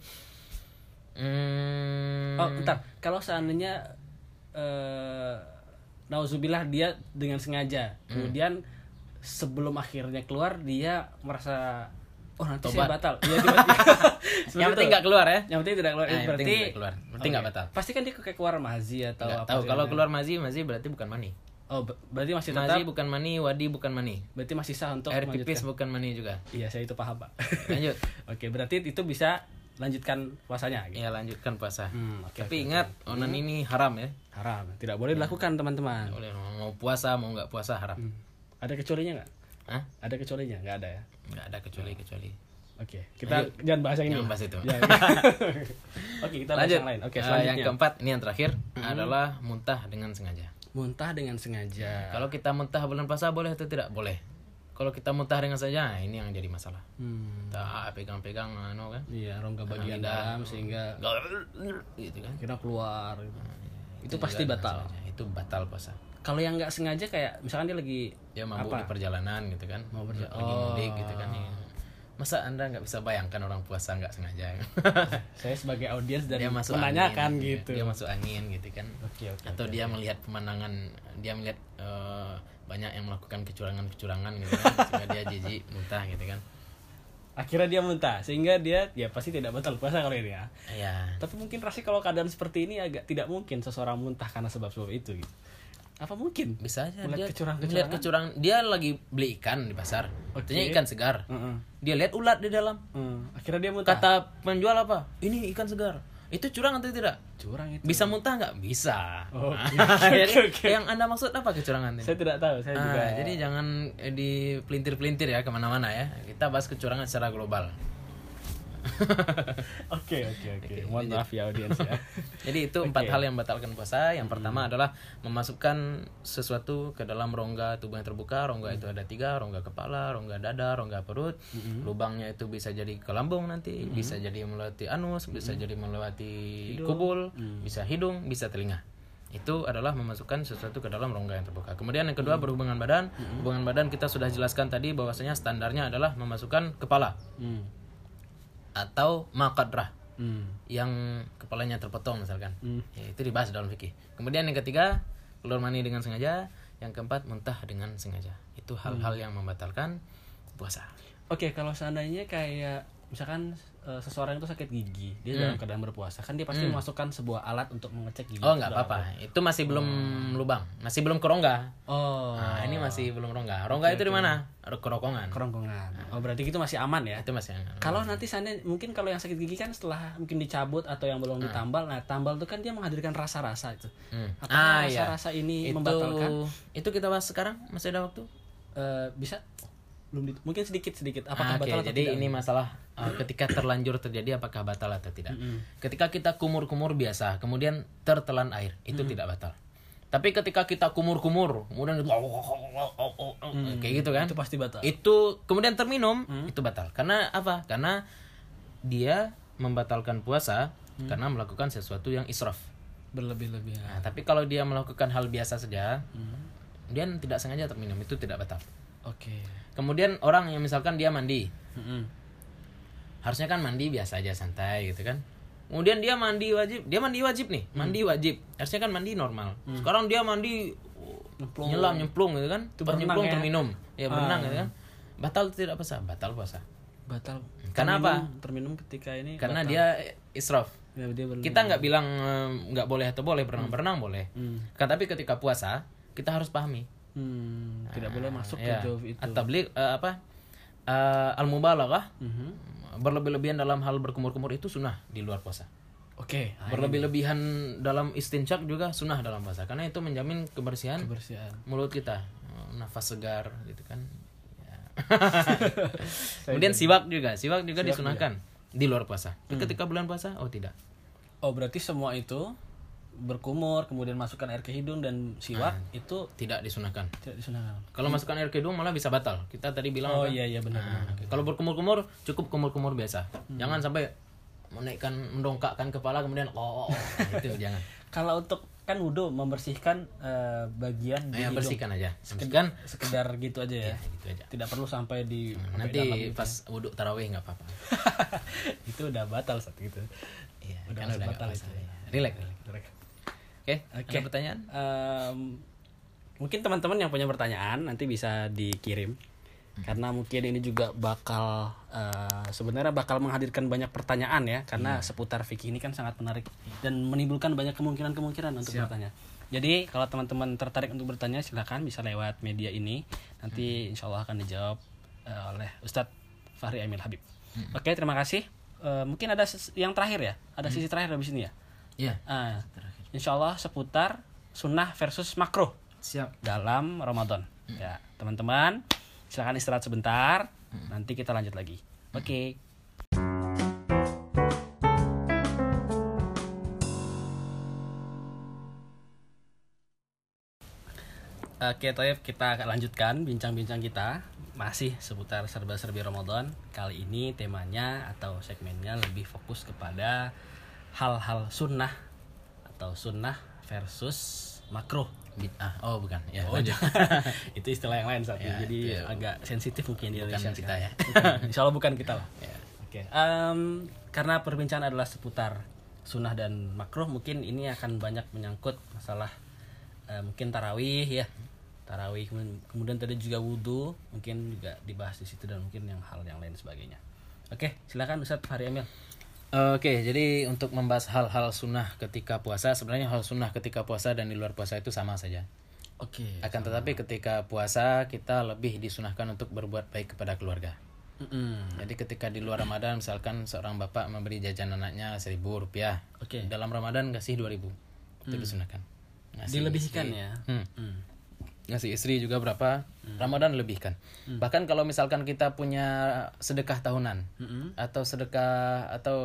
Hmm... Oh, bentar. Kalau seandainya uh, nauzubillah dia dengan sengaja, hmm. kemudian sebelum akhirnya keluar dia merasa oh nanti Tobat. saya batal. Ya, yang penting enggak keluar ya. Yang penting tidak keluar. Nah, berarti tidak keluar. Berarti enggak okay. batal. Pasti kan dia kayak keluar mazi atau nggak apa. Tahu kalau keluar mazi, mazi berarti bukan mani. Oh, berarti masih tetap mazi bukan mani, wadi bukan mani. Berarti masih sah untuk air pipis bukan mani juga. Iya, saya itu paham, Pak. Lanjut. Oke, berarti itu bisa lanjutkan puasanya gitu. Iya, lanjutkan puasa. Hmm, okay, Tapi okay, ingat, okay. onan hmm. ini haram ya. Haram. Tidak boleh ya. dilakukan, teman-teman. Boleh mau puasa mau enggak puasa haram. Hmm. Ada kecualinya enggak? Hah? Ada kecualinya? Enggak ada ya? Enggak ada kecuali-kecuali. Oke, okay. kita Ayo. jangan bahas yang ini. Jangan bahas itu. Ya, ya. Oke, kita bahas yang lain. Oke, okay, selanjutnya. Uh, yang keempat, ini yang terakhir hmm. adalah muntah dengan sengaja. Muntah dengan sengaja. Kalau kita muntah bulan puasa boleh atau tidak? Boleh. Kalau kita muntah dengan saja, nah ini yang jadi masalah. Hmm. Kita pegang-pegang anu kan? Iya, rongga bagian dalam sehingga gitu kan. Kira keluar gitu. Nah, itu, itu pasti batal. Itu batal puasa. Kalau yang enggak sengaja kayak misalkan dia lagi dia mabuk di perjalanan gitu kan. Mau berjalan. Lagi mudik gitu kan. Ya. Masa Anda enggak bisa bayangkan orang puasa enggak sengaja? Saya sebagai audiens dan dia masuk menanyakan angin, gitu. Dia masuk angin gitu kan. Okay, okay, Atau okay, dia okay. melihat pemandangan, dia melihat uh, banyak yang melakukan kecurangan-kecurangan gitu kan. Sehingga dia jijik muntah gitu kan. Akhirnya dia muntah sehingga dia ya pasti tidak batal puasa kalau ini ya. Iya. Tapi mungkin rasanya kalau keadaan seperti ini agak tidak mungkin seseorang muntah karena sebab-sebab itu gitu. Apa mungkin? Bisa aja melihat dia kecurangan melihat kecurangan. Dia lagi beli ikan di pasar. Artinya okay. ikan segar. Uh-uh. Dia lihat ulat di dalam. Uh. Akhirnya dia muntah. Kata penjual apa? Ini ikan segar. Itu curang atau tidak? Curang itu. Bisa muntah nggak? Bisa. Oh, okay. Jadi okay, okay. yang Anda maksud apa kecurangan ini? Saya tidak tahu. Saya ah, juga. Jadi jangan dipelintir-pelintir ya kemana-mana ya. Kita bahas kecurangan secara global. Oke oke oke. Mohon maaf ya audiens ya. Jadi itu empat hal yang membatalkan puasa. Yang pertama adalah memasukkan sesuatu ke dalam rongga tubuh yang terbuka. Rongga itu ada tiga, rongga kepala, rongga dada, rongga perut. Lubangnya itu bisa jadi ke lambung nanti, bisa jadi melewati anus, bisa jadi melewati kubul, bisa hidung, bisa telinga. Itu adalah memasukkan sesuatu ke dalam rongga yang terbuka. Kemudian yang kedua berhubungan badan. Hubungan badan kita sudah jelaskan tadi bahwasanya standarnya adalah memasukkan kepala atau maqadrah hmm. yang kepalanya terpotong misalkan, hmm. ya, itu dibahas dalam fikih. Kemudian yang ketiga keluar mani dengan sengaja, yang keempat muntah dengan sengaja. Itu hal-hal hmm. yang membatalkan puasa. Oke, kalau seandainya kayak misalkan uh, seseorang itu sakit gigi, dia hmm. dalam keadaan berpuasa, kan dia pasti hmm. memasukkan sebuah alat untuk mengecek gigi. Oh, nggak apa-apa. Itu masih belum oh. lubang, masih belum ke rongga. Oh. Nah, ini masih belum rongga. Rongga okay, itu okay. di mana? Kerongkongan. Kerongkongan. Oh, berarti itu masih aman ya? Itu masih aman. Kalau nanti seandainya mungkin kalau yang sakit gigi kan setelah mungkin dicabut atau yang belum hmm. ditambal, nah tambal itu kan dia menghadirkan rasa-rasa itu. Hmm. Apakah ah, rasa-rasa iya. ini itu, membatalkan? Itu kita bahas sekarang, masih ada waktu? Uh, bisa belum di, mungkin sedikit sedikit apakah ah, okay. batal atau jadi tidak? Ini masalah uh, ketika terlanjur terjadi apakah batal atau tidak. Mm-hmm. Ketika kita kumur-kumur biasa kemudian tertelan air itu mm-hmm. tidak batal. Tapi ketika kita kumur-kumur kemudian mm-hmm. kayak gitu kan, itu pasti batal. Itu kemudian terminum mm-hmm. itu batal. Karena apa? Karena dia membatalkan puasa mm-hmm. karena melakukan sesuatu yang israf, berlebih-lebihan. Nah, tapi kalau dia melakukan hal biasa saja mm-hmm. dia tidak sengaja terminum, itu tidak batal. Oke. Okay. Kemudian orang yang misalkan dia mandi, mm-hmm. harusnya kan mandi biasa aja santai gitu kan. Kemudian dia mandi wajib, dia mandi wajib nih, mandi mm. wajib. Harusnya kan mandi normal. Mm. Sekarang dia mandi nyemplung. nyelam nyemplung gitu kan. Pas nyemplung ya? terminum, ya berenang ah. gitu kan. Batal tidak puasa, batal puasa. Batal. Karena terminum, apa? Terminum ketika ini. Karena batal. dia israf. Ya, dia kita nggak bilang nggak boleh atau boleh berenang, mm. berenang boleh. Mm. Kan tapi ketika puasa kita harus pahami. Hmm, tidak uh, boleh masuk ya. ke jauh itu. At-tabligh uh, apa? Uh, al-mubalaghah. Uh-huh. Berlebih-lebihan dalam hal berkumur-kumur itu sunnah di luar puasa. Oke. Okay. Berlebih-lebihan dalam istinsyaq juga sunnah dalam puasa karena itu menjamin kebersihan, kebersihan. mulut kita, nafas segar gitu kan. Ya. Kemudian siwak juga, siwak juga siwak disunahkan juga. Di luar puasa. Hmm. Ketika bulan puasa, oh tidak. Oh, berarti semua itu berkumur kemudian masukkan air ke hidung dan siwak nah, itu tidak disunahkan. Tidak disunahkan. Kalau hmm. masukkan air ke hidung malah bisa batal. Kita tadi bilang oh kan? iya iya benar. Nah, benar. Kalau berkumur-kumur cukup kumur-kumur biasa. Hmm. Jangan sampai menaikkan mendongkakkan kepala kemudian oh, oh, oh. Nah, itu jangan. Kalau untuk kan wudu membersihkan uh, bagian di ya, hidung. Bersihkan aja. Sekedar, sekedar gitu aja ya. ya gitu aja. Tidak perlu sampai di hmm, nanti gitu pas ya. Wudu tarawih enggak apa-apa. Itu udah batal saat itu. Iya, udah, kan udah batal itu. Ya. Relax, relax. Oke, okay, okay. Ada pertanyaan? Um, mungkin teman-teman yang punya pertanyaan nanti bisa dikirim. Hmm. Karena mungkin ini juga bakal uh, sebenarnya bakal menghadirkan banyak pertanyaan ya, karena hmm. seputar fikih ini kan sangat menarik dan menimbulkan banyak kemungkinan-kemungkinan untuk Siap. bertanya. Jadi kalau teman-teman tertarik untuk bertanya silakan bisa lewat media ini. Nanti hmm. insya Allah akan dijawab uh, oleh Ustadz Fahri Emil Habib. Hmm. Oke, okay, terima kasih. Uh, mungkin ada ses- yang terakhir ya, ada hmm. sisi terakhir habis ini ya. Iya. Uh, Insya Allah seputar sunnah versus makruh. Siap. Dalam Ramadan. Hmm. Ya, teman-teman, silakan istirahat sebentar. Hmm. Nanti kita lanjut lagi. Hmm. Oke. Okay. Oke, Toyib, kita akan lanjutkan bincang-bincang kita. Masih seputar serba-serbi Ramadan. Kali ini temanya atau segmennya lebih fokus kepada hal-hal sunnah atau sunnah versus makruh. Bid'ah. Oh bukan ya. Oh, itu istilah yang lain saat ya, jadi itu agak sensitif mungkin di Indonesia kita ya. Bukan, insya Allah bukan kita lah. Ya. Oke. Okay. Um, karena perbincangan adalah seputar sunnah dan makruh, mungkin ini akan banyak menyangkut masalah uh, mungkin tarawih ya. Tarawih kemudian, kemudian tadi juga wudu mungkin juga dibahas di situ dan mungkin yang hal yang lain sebagainya. Oke, silakan Ustadz Fahri Emil. Oke, okay, jadi untuk membahas hal-hal sunnah ketika puasa, sebenarnya hal sunnah ketika puasa dan di luar puasa itu sama saja. Oke. Okay, Akan sama. tetapi ketika puasa kita lebih disunahkan untuk berbuat baik kepada keluarga. Mm-hmm. Jadi ketika di luar Ramadan misalkan seorang bapak memberi jajan anaknya seribu rupiah, okay. dalam Ramadan kasih dua ribu, itu mm. disunahkan. Dilebihkan ya. Hmm. Mm. Ngasih istri juga berapa? Ramadan lebih kan. Hmm. Bahkan kalau misalkan kita punya sedekah tahunan Mm-mm. atau sedekah atau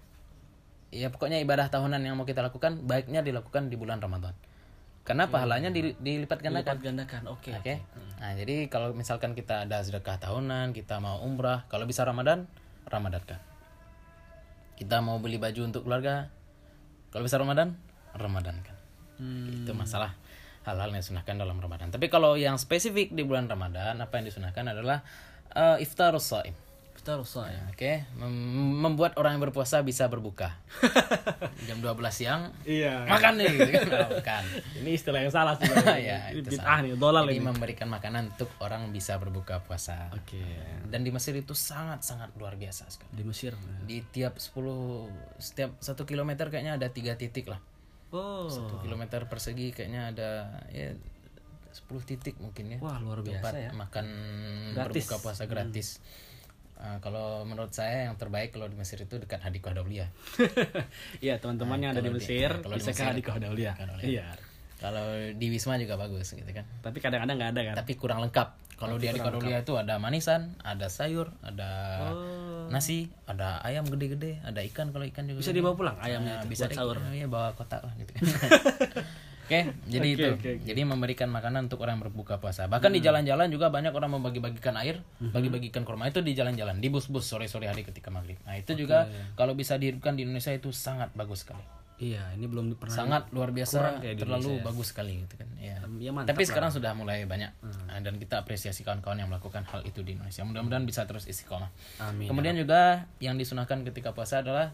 ya pokoknya ibadah tahunan yang mau kita lakukan, baiknya dilakukan di bulan Ramadan. Karena pahalanya dil- dilipat gandakan. Dilipat gandakan. Oke. Oke. Nah, jadi kalau misalkan kita ada sedekah tahunan, kita mau umrah, kalau bisa Ramadan, Ramadankan. Kita mau beli baju untuk keluarga, kalau bisa Ramadan, Ramadankan. Hmm. Itu masalah hal-hal yang disunahkan dalam Ramadan. Tapi kalau yang spesifik di bulan Ramadan, apa yang disunahkan adalah uh, iftarus shaim. Iftarus shaim. Ya, Oke, okay. Mem- membuat orang yang berpuasa bisa berbuka. Jam dua belas siang. Iya. Makan nih gitu kan. Oh, bukan. Ini istilah yang salah sebenarnya. Ya, Ini itu bid'ah salah. nih, dolal Jadi ini. memberikan makanan untuk orang bisa berbuka puasa. Oke. Dan di Mesir itu sangat-sangat luar biasa sekali. Di Mesir. Di tiap sepuluh setiap satu kilometer kayaknya ada tiga titik lah. Oh. Satu kilometer persegi kayaknya ada ya sepuluh titik mungkin ya. Wah, luar biasa Tempat ya. makan Gratis. berbuka puasa gratis. Uh, kalau menurut saya yang terbaik kalau di Mesir itu dekat Hadikoh Daulia. Iya, teman-teman yang ada di kalau di- Mesir kalau di bisa ke Mesir, Hadikoh Daulia. Hadikoh Daulia. Iya. Kalau di Wisma juga bagus gitu kan. Tapi kadang-kadang nggak ada kan. Tapi kurang lengkap. Kalau di Tapi Hadikoh kurang Daulia itu ada manisan, ada sayur, ada Oh. nasi, ada ayam gede-gede, ada ikan kalau ikan juga. Bisa dibawa pulang ayamnya Nah, itu bisa buat di- sahur. ya, bawa kotak lah gitu kan. Oke, jadi Oke, itu. oke, oke. Jadi memberikan makanan untuk orang yang berbuka puasa. Bahkan di jalan-jalan juga banyak orang membagi-bagikan air, bagi-bagikan kurma itu di jalan-jalan, di bus-bus sore-sore hari ketika maghrib. Nah, itu juga kalau bisa dihidupkan di Indonesia itu sangat bagus sekali. Iya, ini belum pernah. Sangat luar biasa, kurang kayak di terlalu Indonesia ya. bagus sekali gitu kan. Ya. Ya, mantap Tapi lah. sekarang sudah mulai banyak. Nah, dan kita apresiasi kawan-kawan yang melakukan hal itu di Indonesia. Mudah-mudahan bisa terus istiqomah. Amin. Kemudian juga yang disunahkan ketika puasa adalah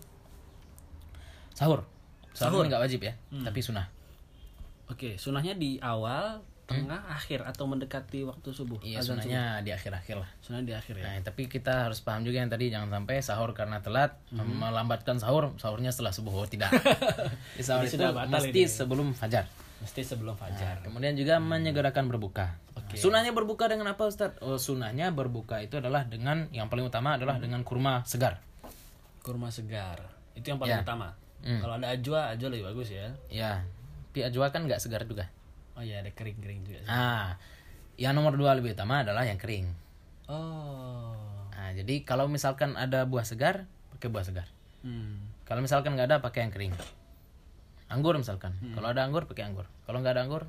sahur. Sahur, Sahur. ini nggak wajib ya, tapi sunah. Oke, sunahnya di awal, tengah, akhir atau mendekati waktu subuh. Iya, Azan sunahnya di akhir-akhir lah. subuh. Sunah di akhir ya. Nah, tapi kita harus paham juga yang tadi jangan sampai sahur karena telat melambatkan sahur, sahurnya setelah subuh. Oh, tidak. Di sahur Ini itu sudah batal mesti ini. sebelum fajar. Mesti sebelum fajar. Kemudian juga menyegerakan berbuka. Oke. Sunahnya berbuka dengan apa, Ustaz? Oh, sunahnya berbuka itu adalah dengan yang paling utama adalah dengan kurma segar. Kurma segar. Itu yang paling Ya. utama. Hmm. Kalau ada ajwa, ajwa lebih bagus ya. Ya, tapi ajwa kan nggak segar juga. Oh iya, ada kering-kering juga. Ah, yang nomor dua lebih utama adalah yang kering. Oh. Nah, jadi kalau misalkan ada buah segar, pakai buah segar. Hmm. Kalau misalkan nggak ada, pakai yang kering. Anggur misalkan. Kalau ada anggur, pakai anggur. Kalau nggak ada anggur,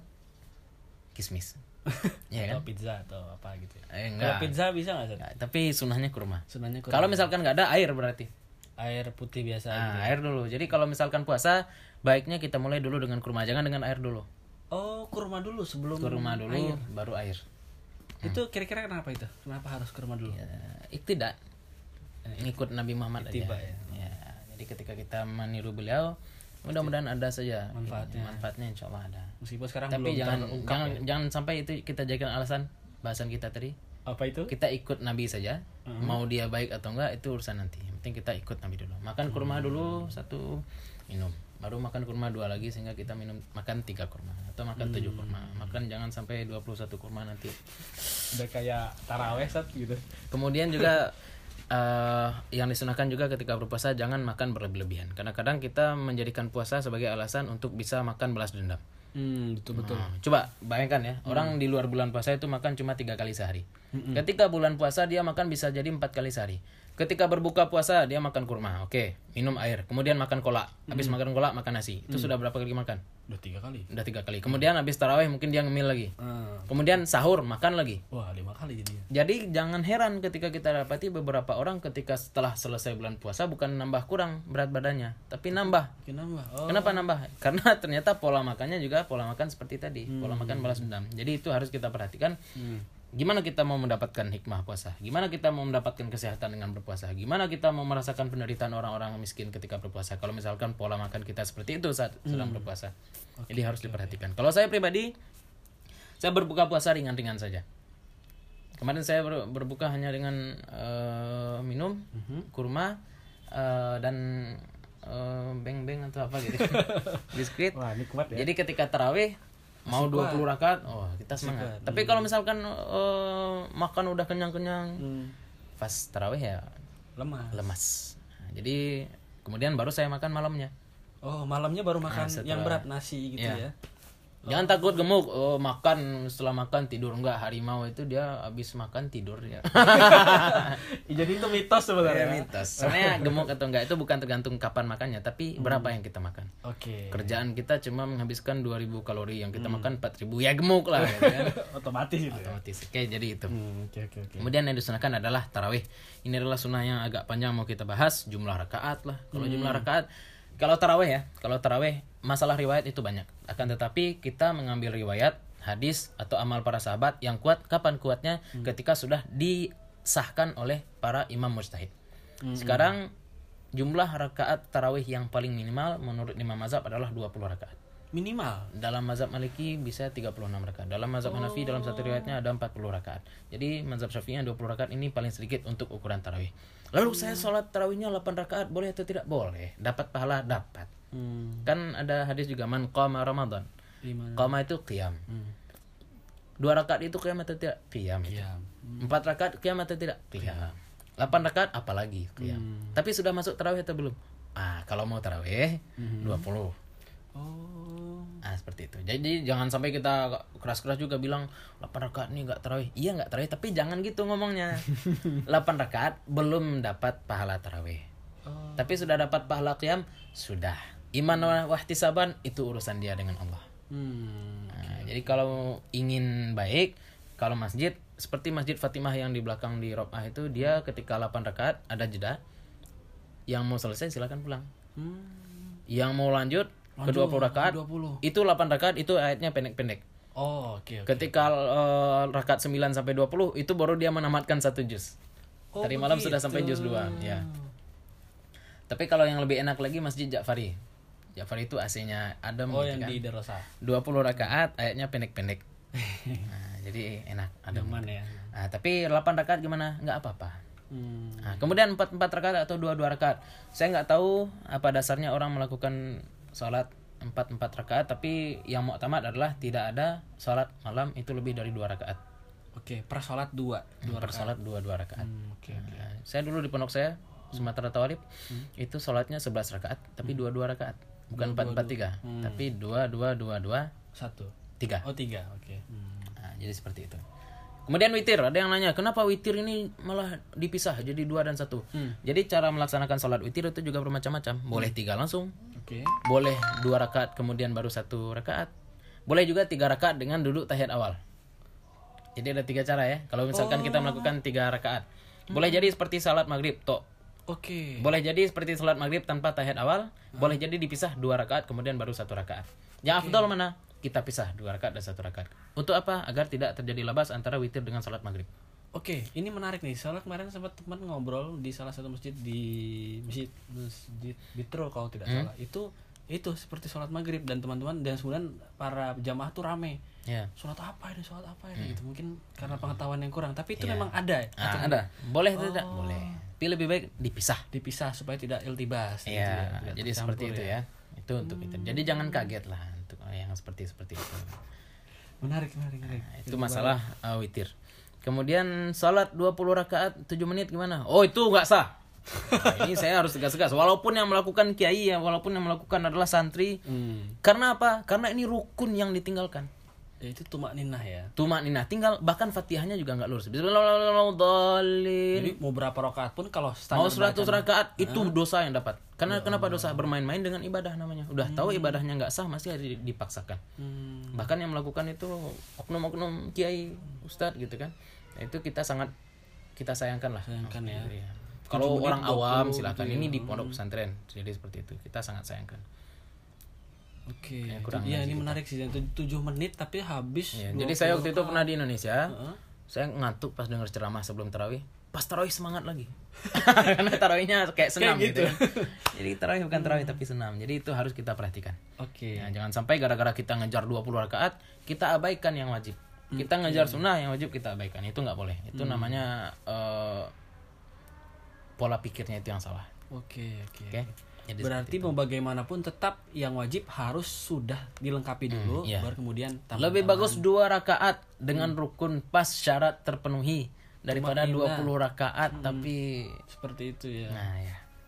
kismis. Iya Atau kan? pizza atau apa gitu. Ya. Eh, Kalau enggak. pizza bisa nggak sih? Nggak, tapi sunahnya kurma. Sunahnya kurma. Kalau misalkan nggak ada, air berarti. Air putih biasa Nah, gitu. air dulu. Jadi kalau misalkan puasa, baiknya kita mulai dulu dengan kurma, jangan dengan air dulu. Oh, kurma dulu sebelum Kurma dulu, air. baru air. Itu kira-kira kenapa itu? Kenapa harus kurma dulu? Ya, iktidak. Ngikut Nabi Muhammad Ittiba, aja. ya. Ya, jadi ketika kita meniru beliau, mudah-mudahan ada saja Manfaatnya. Manfaatnya insya Allah ada. Meskipun sekarang Tapi belum jangan terungkap jangan ya. jangan sampai itu kita jadikan alasan bahasan kita tadi. Apa itu? Kita ikut Nabi saja. Mau dia baik atau enggak itu urusan nanti. Yang penting kita ikut Nabi dulu. Makan kurma dulu satu, minum. Baru makan kurma dua lagi sehingga kita minum makan tiga kurma atau makan tujuh kurma. Makan jangan sampai dua puluh satu kurma nanti. Udah kayak taraweh Sat, gitu. Kemudian juga uh, yang disunahkan juga ketika berpuasa jangan makan berlebih-lebihan. Karena kadang kita menjadikan puasa sebagai alasan untuk bisa makan balas dendam. Hmm, betul betul. Nah, coba bayangkan ya, orang di luar bulan puasa itu makan cuma tiga kali sehari. Ketika bulan puasa dia makan bisa jadi empat kali sehari. Ketika berbuka puasa dia makan kurma, oke, minum air, kemudian makan kolak. Habis makan kolak makan nasi. Itu sudah berapa kali makan? Udah tiga kali. Udah tiga kali. Kemudian habis taraweh mungkin dia ngemil lagi. Ah. Kemudian sahur makan lagi. Wah, lima kali jadinya. Jadi jangan heran ketika kita dapati beberapa orang ketika setelah selesai bulan puasa bukan nambah kurang berat badannya, tapi nambah. Makin nambah. Oh. Kenapa nambah? Karena ternyata pola makannya juga pola makan seperti tadi, pola makan balas dendam. Jadi itu harus kita perhatikan. Hmm. Gimana kita mau mendapatkan hikmah puasa? Gimana kita mau mendapatkan kesehatan dengan berpuasa? Gimana kita mau merasakan penderitaan orang-orang miskin ketika berpuasa? Kalau misalkan pola makan kita seperti itu saat sedang berpuasa. Jadi harus diperhatikan. Kalau saya pribadi, saya berbuka puasa ringan-ringan saja. Kemarin saya ber- berbuka hanya dengan uh, minum, kurma, uh, dan uh, beng-beng atau apa gitu. Biskuit. Wah, nikmat ya. Jadi ketika tarawih mau dua puluh rakaat, oh kita semangat. kuat. Tapi kalau misalkan uh, makan udah kenyang-kenyang, Hmm. pas tarawih ya Lemas. lemas. Nah, jadi kemudian baru saya makan malamnya. Oh, malamnya baru makan Nah, setelah- yang berat nasi gitu Iya. ya. Jangan takut gemuk. Oh, makan setelah makan tidur, enggak. Harimau itu dia habis makan tidur ya. Jadi itu mitos sebenarnya. Ya, mitos. Sebenarnya gemuk atau enggak itu bukan tergantung kapan makannya, tapi Hmm. berapa yang kita makan. Oke. Kerjaan kita cuma menghabiskan dua ribu kalori, yang kita makan empat ribu, ya gemuk lah gitu kan. Otomatis itu. Ya? Otomatis. Oke, jadi itu. Hmm, Oke oke oke. Kemudian yang disunahkan adalah tarawih. Ini adalah sunnah yang agak panjang mau kita bahas, jumlah rakaat lah. Kalau jumlah rakaat, kalau tarawih ya, kalau tarawih masalah riwayat itu banyak. Akan tetapi kita mengambil riwayat, hadis atau amal para sahabat yang kuat. Kapan kuatnya? Ketika sudah disahkan oleh para imam mujtahid. Sekarang jumlah rakaat tarawih yang paling minimal menurut imam mazhab adalah dua puluh rakaat. Minimal. Dalam mazhab Maliki bisa tiga puluh enam rakaat. Dalam mazhab Hanafi dalam satu riwayatnya ada empat puluh rakaat. Jadi mazhab Syafi'i dua puluh rakaat ini paling sedikit untuk ukuran tarawih. Lalu saya sholat tarawihnya delapan rakaat, boleh atau tidak? Boleh. Dapat pahala? Dapat. Hmm. Kan ada hadis juga, man qama Ramadan. Gimana? Qama itu qiyam. Hmm. Dua rakaat itu qiyam atau tidak? Qiyam. itu. Iya. Empat rakaat qiyam atau tidak? Qiyam. Delapan rakaat apalagi qiyam. Hmm. Tapi sudah masuk tarawih atau belum? Ah, kalau mau tarawih dua puluh. Oh. Ah, seperti itu. Jadi jangan sampai kita keras-keras juga bilang delapan rakaat nih enggak tarawih. Iya enggak tarawih, tapi jangan gitu ngomongnya. delapan rakaat belum dapat pahala tarawih. Oh. Tapi sudah dapat pahala qiyam, sudah. Iman wa ihtisaban itu urusan dia dengan Allah. Hmm. Nah, jadi kalau ingin baik, kalau masjid seperti Masjid Fatimah yang di belakang di Robah itu, dia ketika delapan rakaat ada jeda. Yang mau selesai silakan pulang. Hmm. Yang mau lanjut ke Lanjut, dua puluh rakaat, dua puluh. itu delapan rakaat itu ayatnya pendek-pendek. Oh, oke oke. Ketika uh, rakaat sembilan sampai dua puluh itu baru dia menamatkan satu juz. Oh, Tadi malam begitu. sudah sampai juz dua, ya. Tapi kalau yang lebih enak lagi Masjid Ja'fari. Ja'fari itu A C-nya adem Oh, gitu yang kan. di Darosa. dua puluh rakaat ayatnya pendek-pendek. Nah, jadi enak, adem. Nyaman ya. Nah, tapi delapan rakaat gimana? Enggak apa-apa. Hmm. Nah, kemudian empat empat rakaat atau dua dua rakaat. Saya nggak tahu apa dasarnya orang melakukan sholat empat empat rakaat, tapi yang mu'tamad adalah tidak ada sholat malam itu lebih dari dua rakaat. Oke, per sholat dua. Dua Per sholat dua dua rakaat. Hmm, oke oke. Nah, saya dulu di pondok saya Sumatera Tawarib itu sholatnya sebelas rakaat, tapi dua dua rakaat, bukan empat empat tiga, tapi dua dua dua dua Satu. tiga. Oh, tiga. Oke. Hmm. Nah, jadi seperti itu. Kemudian witir, ada yang nanya, kenapa witir ini malah dipisah jadi dua dan satu? Hmm. Jadi cara melaksanakan sholat witir itu juga bermacam-macam. Boleh tiga langsung, Oke. boleh dua rakaat kemudian baru satu rakaat, boleh juga tiga rakaat dengan duduk tahiyat awal. Jadi ada tiga cara ya. Kalau misalkan kita melakukan tiga rakaat, boleh jadi seperti salat maghrib, toh. Oke. Boleh jadi seperti salat maghrib tanpa tahiyat awal, boleh jadi dipisah dua rakaat kemudian baru satu rakaat. Yang afdal mana? Kita pisah dua rakaat dan satu rakaat. Untuk apa? Agar tidak terjadi labas antara witir dengan salat maghrib. Oke, ini menarik nih. Soalnya kemarin sempat teman ngobrol di salah satu masjid di masjid masjid Bitro kalau tidak Hmm. salah. Itu itu seperti sholat maghrib dan teman-teman dan kemudian para jamaah tuh rame. Ya. Sholat apa ini? Sholat apa ini? Gitu. Mungkin karena pengetahuan yang kurang. Tapi itu Ya. memang ada. ya? Ah, Atau ada. Boleh atau Oh. tidak? Boleh. Tapi lebih baik dipisah. dipisah supaya tidak iltibas. gitu Iya, ya, tidak jadi tercampur seperti itu ya. Itu untuk itu. Jadi jangan kaget lah untuk yang seperti seperti itu. Menarik, menarik, menarik. Nah, itu masalah uh, witir. Kemudian salat dua puluh rakaat tujuh menit gimana? Oh, itu nggak sah. Nah, ini saya harus tegas-tegas. Walaupun yang melakukan kiai ya, walaupun yang melakukan adalah santri. Hmm. Karena apa? Karena ini rukun yang ditinggalkan. Ya, itu tumak ninah ya. Tumak ninah, tinggal bahkan Fatihahnya juga nggak lurus. Bismillahirrahmanirrahim. Jadi mau berapa rakaat pun kalau standar Mau seratus bacaan- rakaat itu dosa yang dapat. Karena kenapa dosa? Bermain-main dengan ibadah namanya. Udah tahu ibadahnya nggak sah masih harus dipaksakan. Hmm. Bahkan yang melakukan itu oknum-oknum kiai, ustadz gitu kan. Nah, itu kita sangat kita sayangkan lah. Sayangkan ya. Iya. Kalau tujuh menit, orang awam dua puluh silakan. gitu ya. Ini di pondok pesantren. Jadi seperti itu. Kita sangat sayangkan. Oke. Ya, kurang Iya, ngaji ini kita. menarik sih. Tu- tujuh menit tapi habis. Ya, dua jadi saya puluh waktu itu rakaat. pernah di Indonesia. Heeh. Saya ngantuk pas dengar ceramah sebelum tarawih. Pas tarawih semangat lagi. Karena tarawihnya kayak senam Kayak gitu. gitu. kan. Jadi tarawih bukan tarawih tapi senam. Jadi itu harus kita perhatikan. Oke. Ya, jangan sampai gara-gara kita ngejar dua puluh rakaat, kita abaikan yang wajib. Kita ngejar sunnah, yang wajib kita abaikan. Itu nggak boleh. Itu namanya eh, pola pikirnya itu yang salah. Oke, oke. Oke. Jadi Berarti mau bagaimanapun tetap yang wajib harus sudah dilengkapi dulu, iya. baru kemudian lebih bagus dua rakaat dengan rukun pas syarat terpenuhi daripada Tumakninah. dua puluh rakaat tapi seperti itu ya. nah ya.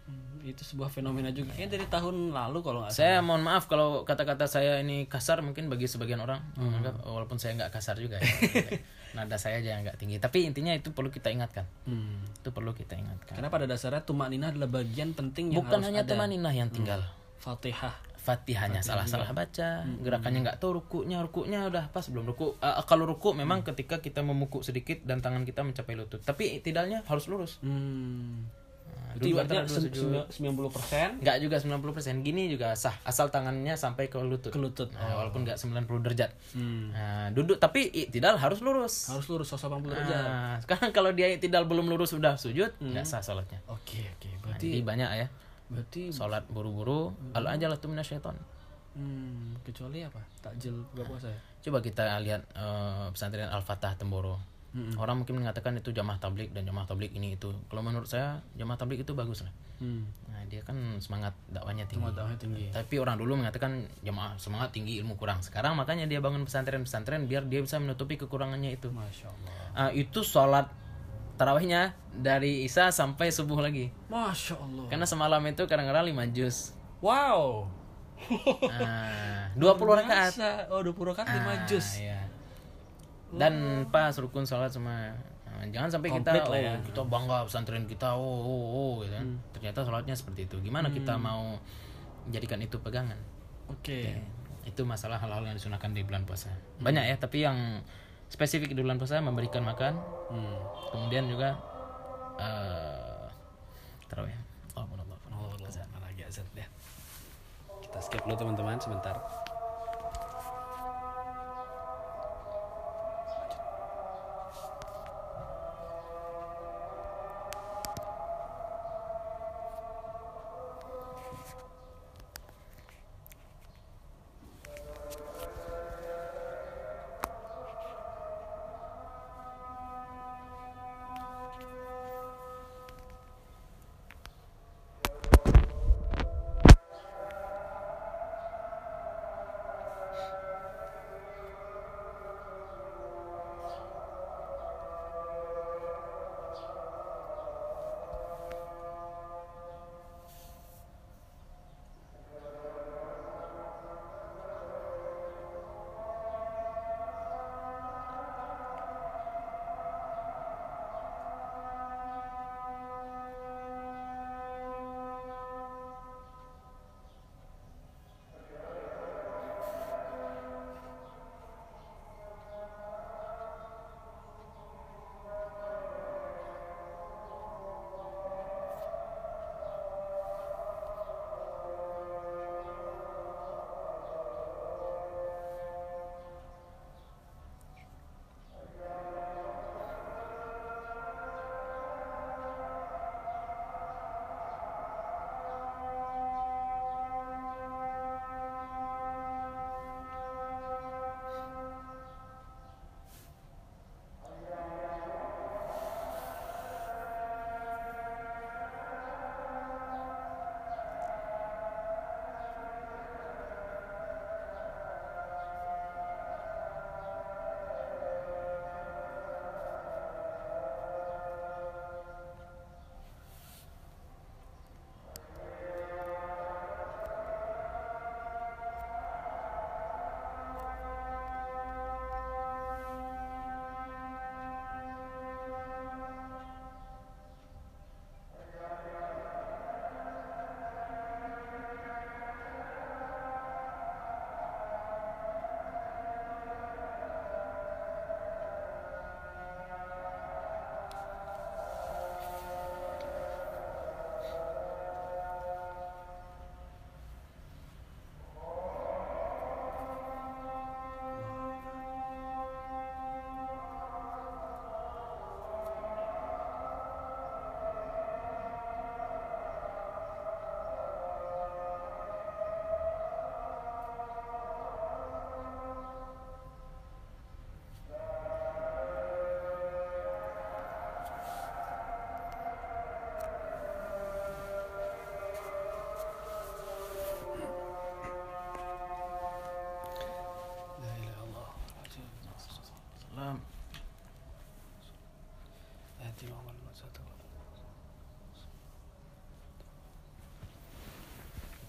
Hmm, itu sebuah fenomena juga kayaknya dari tahun lalu kalau nggak Saya mohon maaf kalau kata-kata saya ini kasar mungkin bagi sebagian orang, menganggap, walaupun saya nggak kasar juga ya. Nada saya aja nggak tinggi. Tapi intinya itu perlu kita ingatkan. Hmm. Itu perlu kita ingatkan. Karena pada dasarnya tumakninah adalah bagian penting yang Bukan harus hanya ada. tumaninah yang tinggal. Fatihah. Fatihahnya salah-salah baca, gerakannya nggak tahu, rukunya rukunya udah pas belum ruku. Uh, kalau ruku memang ketika kita memukuk sedikit dan tangan kita mencapai lutut. Tapi tidalnya harus lurus. Hmm. Nah, Itu duduk ibaratnya antara dua sujud. sembilan puluh persen Nggak juga sembilan puluh persen. Gini juga sah asal tangannya sampai ke lutut. ke lutut. Nah, walaupun nggak sembilan puluh derajat. Hmm. Nah, duduk tapi i, tidal harus lurus. Harus lurus seratus delapan puluh derajat. Nah, sekarang kalau dia tidal belum lurus sudah sujud, nggak sah sholatnya. Oke, oke. Nah, Berarti jadi banyak ya. berarti Sholat buru-buru, al ajalatu minasyaiton. hmm, kecuali apa? Takjil buka puasa ya? Coba kita lihat eh, pesantren Al-Fatah Temboro. Mm-mm. Orang mungkin mengatakan itu jamaah tablik dan jamaah tablik ini itu. Kalau menurut saya jamaah tablik itu bagus lah. Hmm. Nah, dia kan semangat dakwanya tinggi. Semangat dakwahnya tinggi. Tapi orang dulu mengatakan jamaah semangat tinggi, ilmu kurang. Sekarang makanya dia bangun pesantren-pesantren biar dia bisa menutupi kekurangannya itu. Masya Allah. Ah, itu sholat tarawihnya dari isya sampai subuh lagi. Masya Allah. Karena semalam itu kadang-kadang lima juz. Wow. Nah, dua puluh rakaat. Masa? Oh, dua puluh rakaat lima Ah, juz. iya. Dan pas rukun sholat semua. Nah, jangan sampai kita Komplit lah ya. oh, kita bangga pesantren kita oh oh, oh gitu kan. Ternyata sholatnya seperti itu. Gimana kita mau jadikan itu pegangan? Oke. Itu masalah hal-hal yang disunahkan di bulan puasa. Banyak ya, tapi yang spesifik di bulan puasa memberikan makan. Hmm. Kemudian juga eh tarawih. Oh, Allah. Oh, Allah. Lagi azan ya. Kita skip dulu teman-teman sebentar.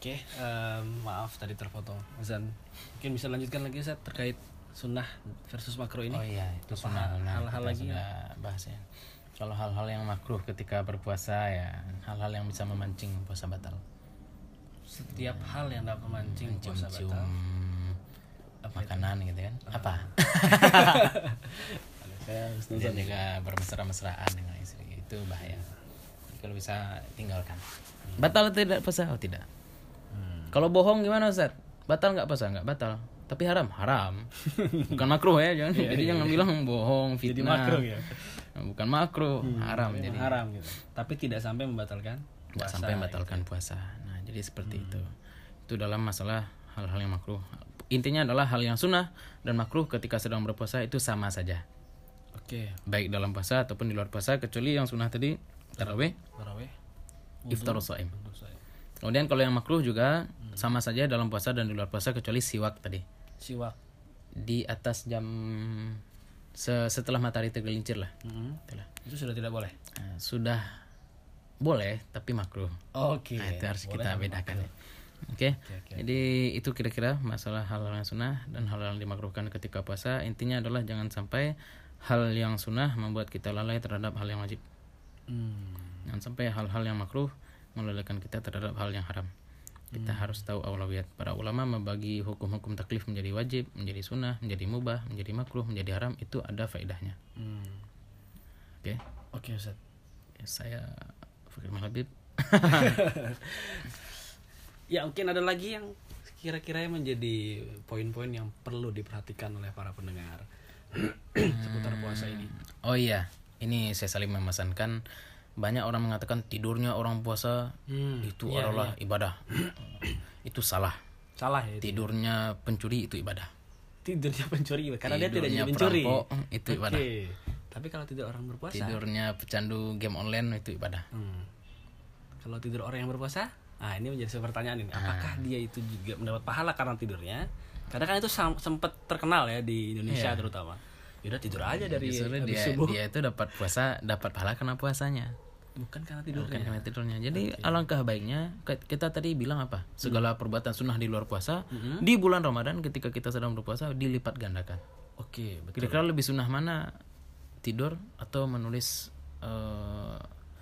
Oke, em, maaf tadi terpotong. Azan. Mungkin bisa lanjutkan lagi Ustaz terkait sunnah versus makruh ini. Oh iya, itu Apa sunnah. Nah, hal-hal kita lagi sudah bahas ya. Kalau hal-hal yang makruh ketika berpuasa ya, hal-hal yang bisa memancing puasa batal. Setiap hal yang dapat memancing puasa Cium-cium batal. Apa itu? makanan gitu kan. Apa? Saya Dan juga bermesra-mesraan dengan istri itu bahaya. Kalau bisa tinggalkan. Batal atau tidak puasa? Oh tidak. Hmm. Kalau bohong gimana Ustaz? Batal nggak puasa? Nggak batal. Tapi haram, haram. Bukan makruh ya, jangan. Iya, Jadi iya, jangan iya. bilang bohong, Jadi fitnah. makruh ya. Bukan makruh, haram. Tapi Jadi emang haram gitu. Tapi tidak sampai membatalkan nggak puasa, sampai membatalkan puasa. Nah, jadi seperti itu. Itu dalam masalah hal-hal yang makruh. Intinya adalah hal yang sunnah dan makruh ketika sedang berpuasa itu sama saja. Oke. Baik dalam puasa ataupun di luar puasa, kecuali yang sunnah tadi tarawih, Tarawih. iftarus shaim. Untuk saya. Kemudian kalau yang makruh juga sama saja dalam puasa dan di luar puasa kecuali siwak tadi. Siwak. Di atas jam se- setelah matahari tergelincir lah. Mm-hmm. Itulah. Itu sudah tidak boleh. Nah, sudah boleh tapi makruh. Oke. Nah, itu harus Boleh kita sama bedakan makruh. ya. Oke. Oke, oke. Jadi itu kira-kira masalah hal-hal yang sunnah dan hal-hal yang dimakruhkan ketika puasa. Intinya adalah jangan sampai hal yang sunnah membuat kita lalai terhadap hal yang wajib. Hmm. Jangan sampai hal-hal yang makruh melalaikan kita terhadap hal yang haram. Kita Hmm. harus tahu aulawiyat. Para ulama membagi hukum-hukum taklif menjadi wajib, menjadi sunnah, menjadi mubah, menjadi makruh, menjadi haram. Itu ada faedahnya. Hmm. Oke. Oke Ustaz. Ya, saya Fakir Habib. Ya mungkin ada lagi yang kira-kira yang menjadi poin-poin yang perlu diperhatikan oleh para pendengar seputar puasa ini. Oh iya, ini saya saling memesankan. Banyak orang mengatakan tidurnya orang puasa Hmm, itu iya, adalah ibadah. Itu salah. Salah ya itu. Tidurnya pencuri itu ibadah. Tidurnya pencuri karena dia tidak Tidurnya jadi mencuri. perampok, itu Oke. ibadah. Tapi kalau tidur orang berpuasa. Tidurnya pecandu game online itu ibadah. Hmm. Kalau tidur orang yang berpuasa, ah ini menjadi sebuah pertanyaan ini. Apakah dia itu juga mendapat pahala karena tidurnya? Karena kan itu sam- sempat terkenal ya di Indonesia Iya. terutama. Yaudah tidur aja dari Justru habis dia subuh. dia itu dapat puasa, dapat pahala karena puasanya. Bukan karena tidurnya. Bukan karena tidurnya. Jadi alangkah baiknya ke- kita tadi bilang apa? Segala perbuatan sunnah di luar puasa Mhm. di bulan Ramadan ketika kita sedang berpuasa dilipat gandakan. Oke, betul. Kira-kira lebih sunnah mana? Tidur atau menulis eh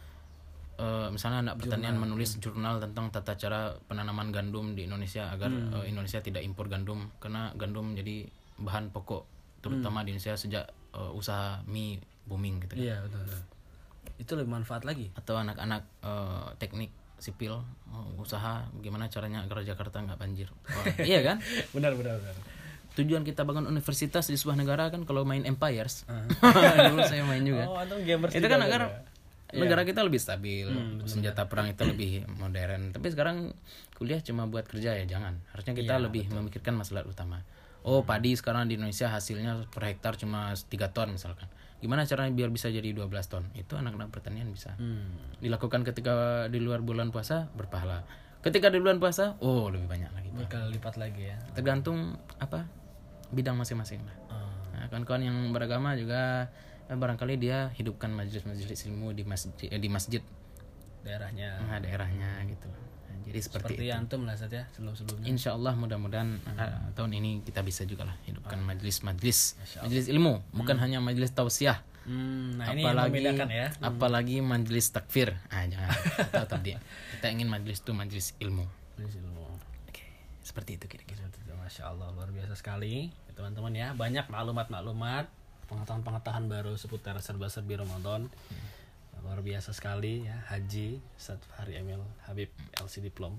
eh, misalnya anak pertanian menulis jurnal tentang tata cara penanaman gandum di Indonesia agar eh, Indonesia tidak impor gandum karena gandum menjadi bahan pokok terutama di Indonesia sejak eh, usaha mie booming gitu kan. Iya, betul, betul. Itu lebih manfaat lagi. Atau anak-anak eh, teknik sipil eh, usaha bagaimana caranya agar Jakarta nggak banjir. Wah, iya kan? Benar, benar, benar. Tujuan kita bangun universitas di sebuah negara kan kalau main Empires. Dulu saya main juga. Oh, atau gamers Itu juga kan ada agar ya? negara kita lebih stabil, senjata perang itu lebih modern. Tapi sekarang kuliah cuma buat kerja ya jangan. Harusnya kita lebih memikirkan masalah utama. Oh, padi sekarang di Indonesia hasilnya per hektar cuma tiga ton misalkan. Gimana caranya biar bisa jadi dua belas ton? Itu anak-anak pertanian bisa. Hmm. Dilakukan ketika di luar bulan puasa berpahala. Ketika di bulan puasa, oh lebih banyak lagi. Berkali lipat lagi ya. Tergantung apa bidang masing-masing lah. Oh. Nah, kawan-kawan yang beragama juga eh, barangkali dia hidupkan majelis-majelis ilmu di masjid, eh, di masjid Daerahnya. nah, daerahnya gitu. Nah, jadi seperti, Seperti itu. antum lah Sat ya, sebelum-sebelumnya. Insya Allah mudah-mudahan ah, tahun ini kita bisa juga lah hidupkan majelis-majelis Masya majelis ilmu, bukan hanya majelis tausiah. Hmm, nah ini yang apalagi membedakan ya. apalagi majelis takfir. Ah jangan. Atau tadi kita ingin majelis itu majelis ilmu. Majelis ilmu. Oke, seperti itu kira-kira. Masya Allah, luar biasa sekali ya, teman-teman ya. Banyak maklumat-maklumat, pengetahuan-pengetahuan baru seputar serba-serbi Ramadan. Luar biasa sekali ya. Haji Ustaz Fahri Emil Habib L C Diplom.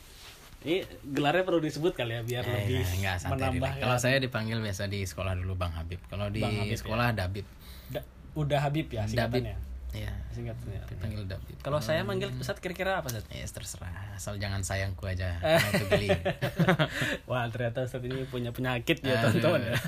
Ini gelarnya perlu disebut kali ya biar Eh, lebih nah, enggak, santai menambah. relax. Kalau saya dipanggil biasa di sekolah dulu Bang Habib. Kalau di Bang Habib, sekolah Dabib. Da- udah Habib ya Dabib. singkatannya. Iya. Singkatannya. Dipanggil Dabib. Kalau saya manggil Ustaz kira-kira apa Ustaz? Ya terserah, asal jangan sayangku aja. Nah, itu geli. Wah ternyata Ustaz ini punya penyakit ya teman-teman ya.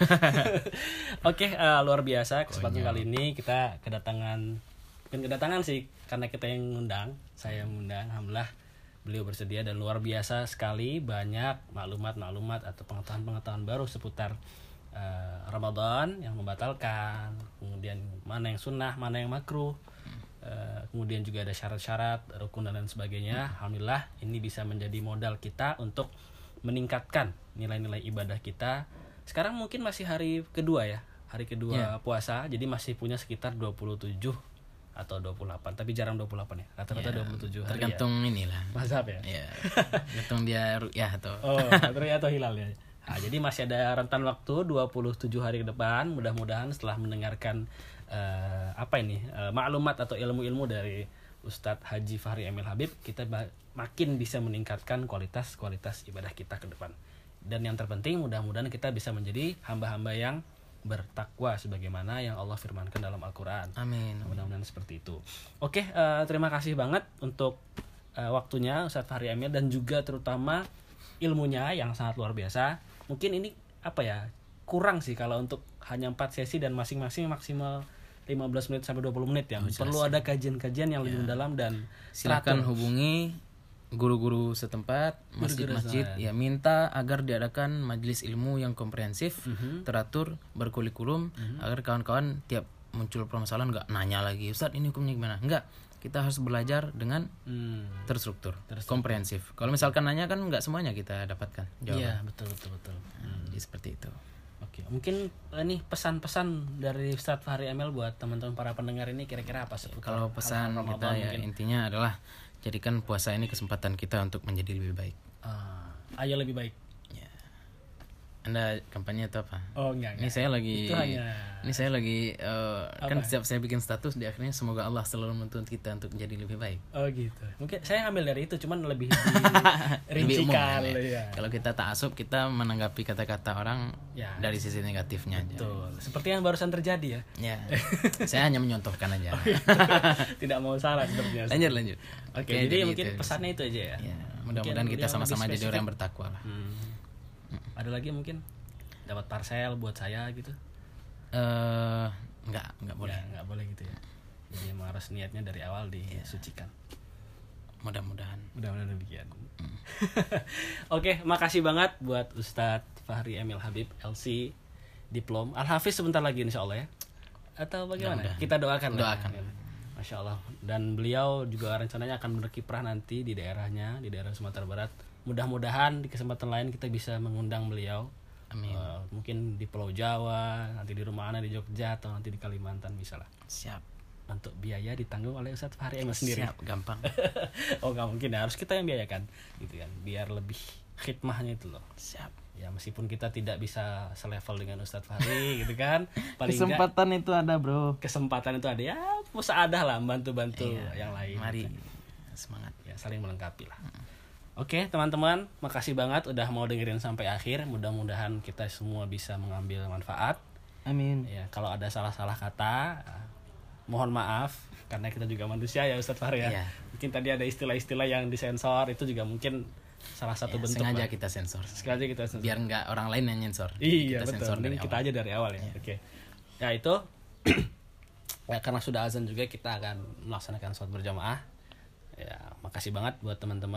Oke, eh, luar biasa kesempatan kali ini kita kedatangan, bukan kedatangan sih karena kita yang ngundang, saya yang ngundang, alhamdulillah beliau bersedia dan luar biasa sekali banyak maklumat-maklumat atau pengetahuan-pengetahuan baru seputar eh, Ramadan yang membatalkan, kemudian mana yang sunnah, mana yang makruh. uh, kemudian juga ada syarat-syarat, rukun dan lain sebagainya. Alhamdulillah ini bisa menjadi modal kita untuk meningkatkan nilai-nilai ibadah kita. Sekarang mungkin masih hari kedua ya, hari kedua yeah. puasa, jadi masih punya sekitar dua puluh tujuh atau dua puluh delapan, tapi jarang dua puluh delapan ya, rata-rata yeah, dua puluh tujuh hari tergantung ya. Inilah mazhab ya, yeah. Tergantung dia ru'yah atau oh ru'yah atau hilal ya. Nah, jadi masih ada rentan waktu dua puluh tujuh hari ke depan. Mudah-mudahan setelah mendengarkan uh, apa ini uh, maklumat atau ilmu-ilmu dari Ustadz Haji Fahri Emil Habib, kita ba- makin bisa meningkatkan kualitas-kualitas ibadah kita ke depan. Dan yang terpenting mudah-mudahan kita bisa menjadi hamba-hamba yang bertakwa sebagaimana yang Allah firmankan dalam Al-Quran. Amin. Mudah-mudahan seperti itu. Oke, uh, terima kasih banget untuk uh, waktunya Ustadz Fahri Emil dan juga terutama ilmunya yang sangat luar biasa. Mungkin ini apa ya, kurang sih kalau untuk hanya empat sesi dan masing-masing maksimal lima belas menit sampai dua puluh menit ya. Oh, perlu ada kajian-kajian yang lebih ya. mendalam dan silakan teratur. Hubungi guru-guru setempat, masjid-masjid ya, minta agar diadakan majelis ilmu yang komprehensif, uh-huh. teratur, berkurikulum, uh-huh. agar kawan-kawan tiap muncul permasalahan nggak nanya lagi, Ustadz ini hukumnya gimana? Enggak, kita harus belajar dengan hmm. terstruktur, terstruktur, komprehensif. Kalau misalkan nanya kan nggak semuanya kita dapatkan jawaban. Iya, betul betul betul. Hmm. Jadi seperti itu. Oke, mungkin ini pesan-pesan dari Ustadz Fahri Emil buat teman-teman para pendengar ini kira-kira apa sih? Kalau pesan kita ya mungkin. Intinya adalah jadikan puasa ini kesempatan kita untuk menjadi lebih baik. Uh, ayo lebih baik. Ya. Anda kampanye atau apa? Oh enggak. Ini saya lagi. Itu hanya... Ini saya lagi uh, kan setiap saya bikin status di akhirnya semoga Allah selalu menuntun kita untuk menjadi lebih baik. Oh gitu. Mungkin saya ambil dari itu, cuman lebih rincikan. Ya. Ya. Kalau kita ta'assub, kita menanggapi kata-kata orang ya. Dari sisi negatifnya. Betul. Aja. Seperti yang barusan terjadi ya. Ya. Saya hanya menyontohkan aja. Oh, gitu. Tidak mau salah sepertinya. Lanjut lanjut. Oke, okay, jadi, jadi mungkin itu. Pesannya itu aja ya. Ya. Mudah-mudahan kita sama-sama jadi orang yang bertakwa lah. Hmm. Hmm. Ada lagi mungkin dapat parcel buat saya gitu. Eh uh, enggak, enggak boleh. Ya, enggak boleh gitu ya. Jadi emang harus niatnya dari awal disucikan. Mudah-mudahan. Mudah-mudahan demikian. Hmm. Oke, makasih banget buat Ustadz Fahri Emil Habib L C Diplom Al-Hafiz sebentar lagi insyaallah ya. Atau bagaimana? Mudah-mudahan. Kita doakan lah. Doakan. Masya Allah. Dan beliau juga rencananya akan berkiprah nanti di daerahnya, di daerah Sumatera Barat. Mudah-mudahan di kesempatan lain kita bisa mengundang beliau. Amin. Uh, mungkin di Pulau Jawa, nanti di rumah Ana di Jogja, atau nanti di Kalimantan bisa lah. Siap. Untuk biaya ditanggung oleh Ustadz Fahri Emil sendiri. Siap, gampang. Oh nggak mungkin ya, harus kita yang biayakan, gitu kan, biar lebih khidmahnya itu loh. Siap. Ya meskipun kita tidak bisa selevel dengan Ustadz Fahri gitu kan, paling kesempatan enggak, itu ada bro. Kesempatan itu ada ya, musahadah lah, bantu-bantu iya, yang lain. Mari gitu. Semangat. Ya saling melengkapi lah. Hmm. Oke teman-teman, makasih banget udah mau dengerin sampai akhir. Mudah-mudahan kita semua bisa mengambil manfaat. Amin. Ya kalau ada salah-salah kata, mohon maaf karena kita juga manusia ya Ustadz Fahri ya. Iya. Mungkin tadi ada istilah-istilah yang disensor, itu juga mungkin salah satu ya, bentuk sengaja lah. kita sensor. Sengaja kita sensor. Biar nggak orang lain yang sensor. Iya kita betul. Sensor dari kita awal. aja dari awal ya. Ya. Oke. Ya itu. Ya, karena sudah azan juga kita akan melaksanakan sholat berjamaah. Ya makasih banget buat teman-teman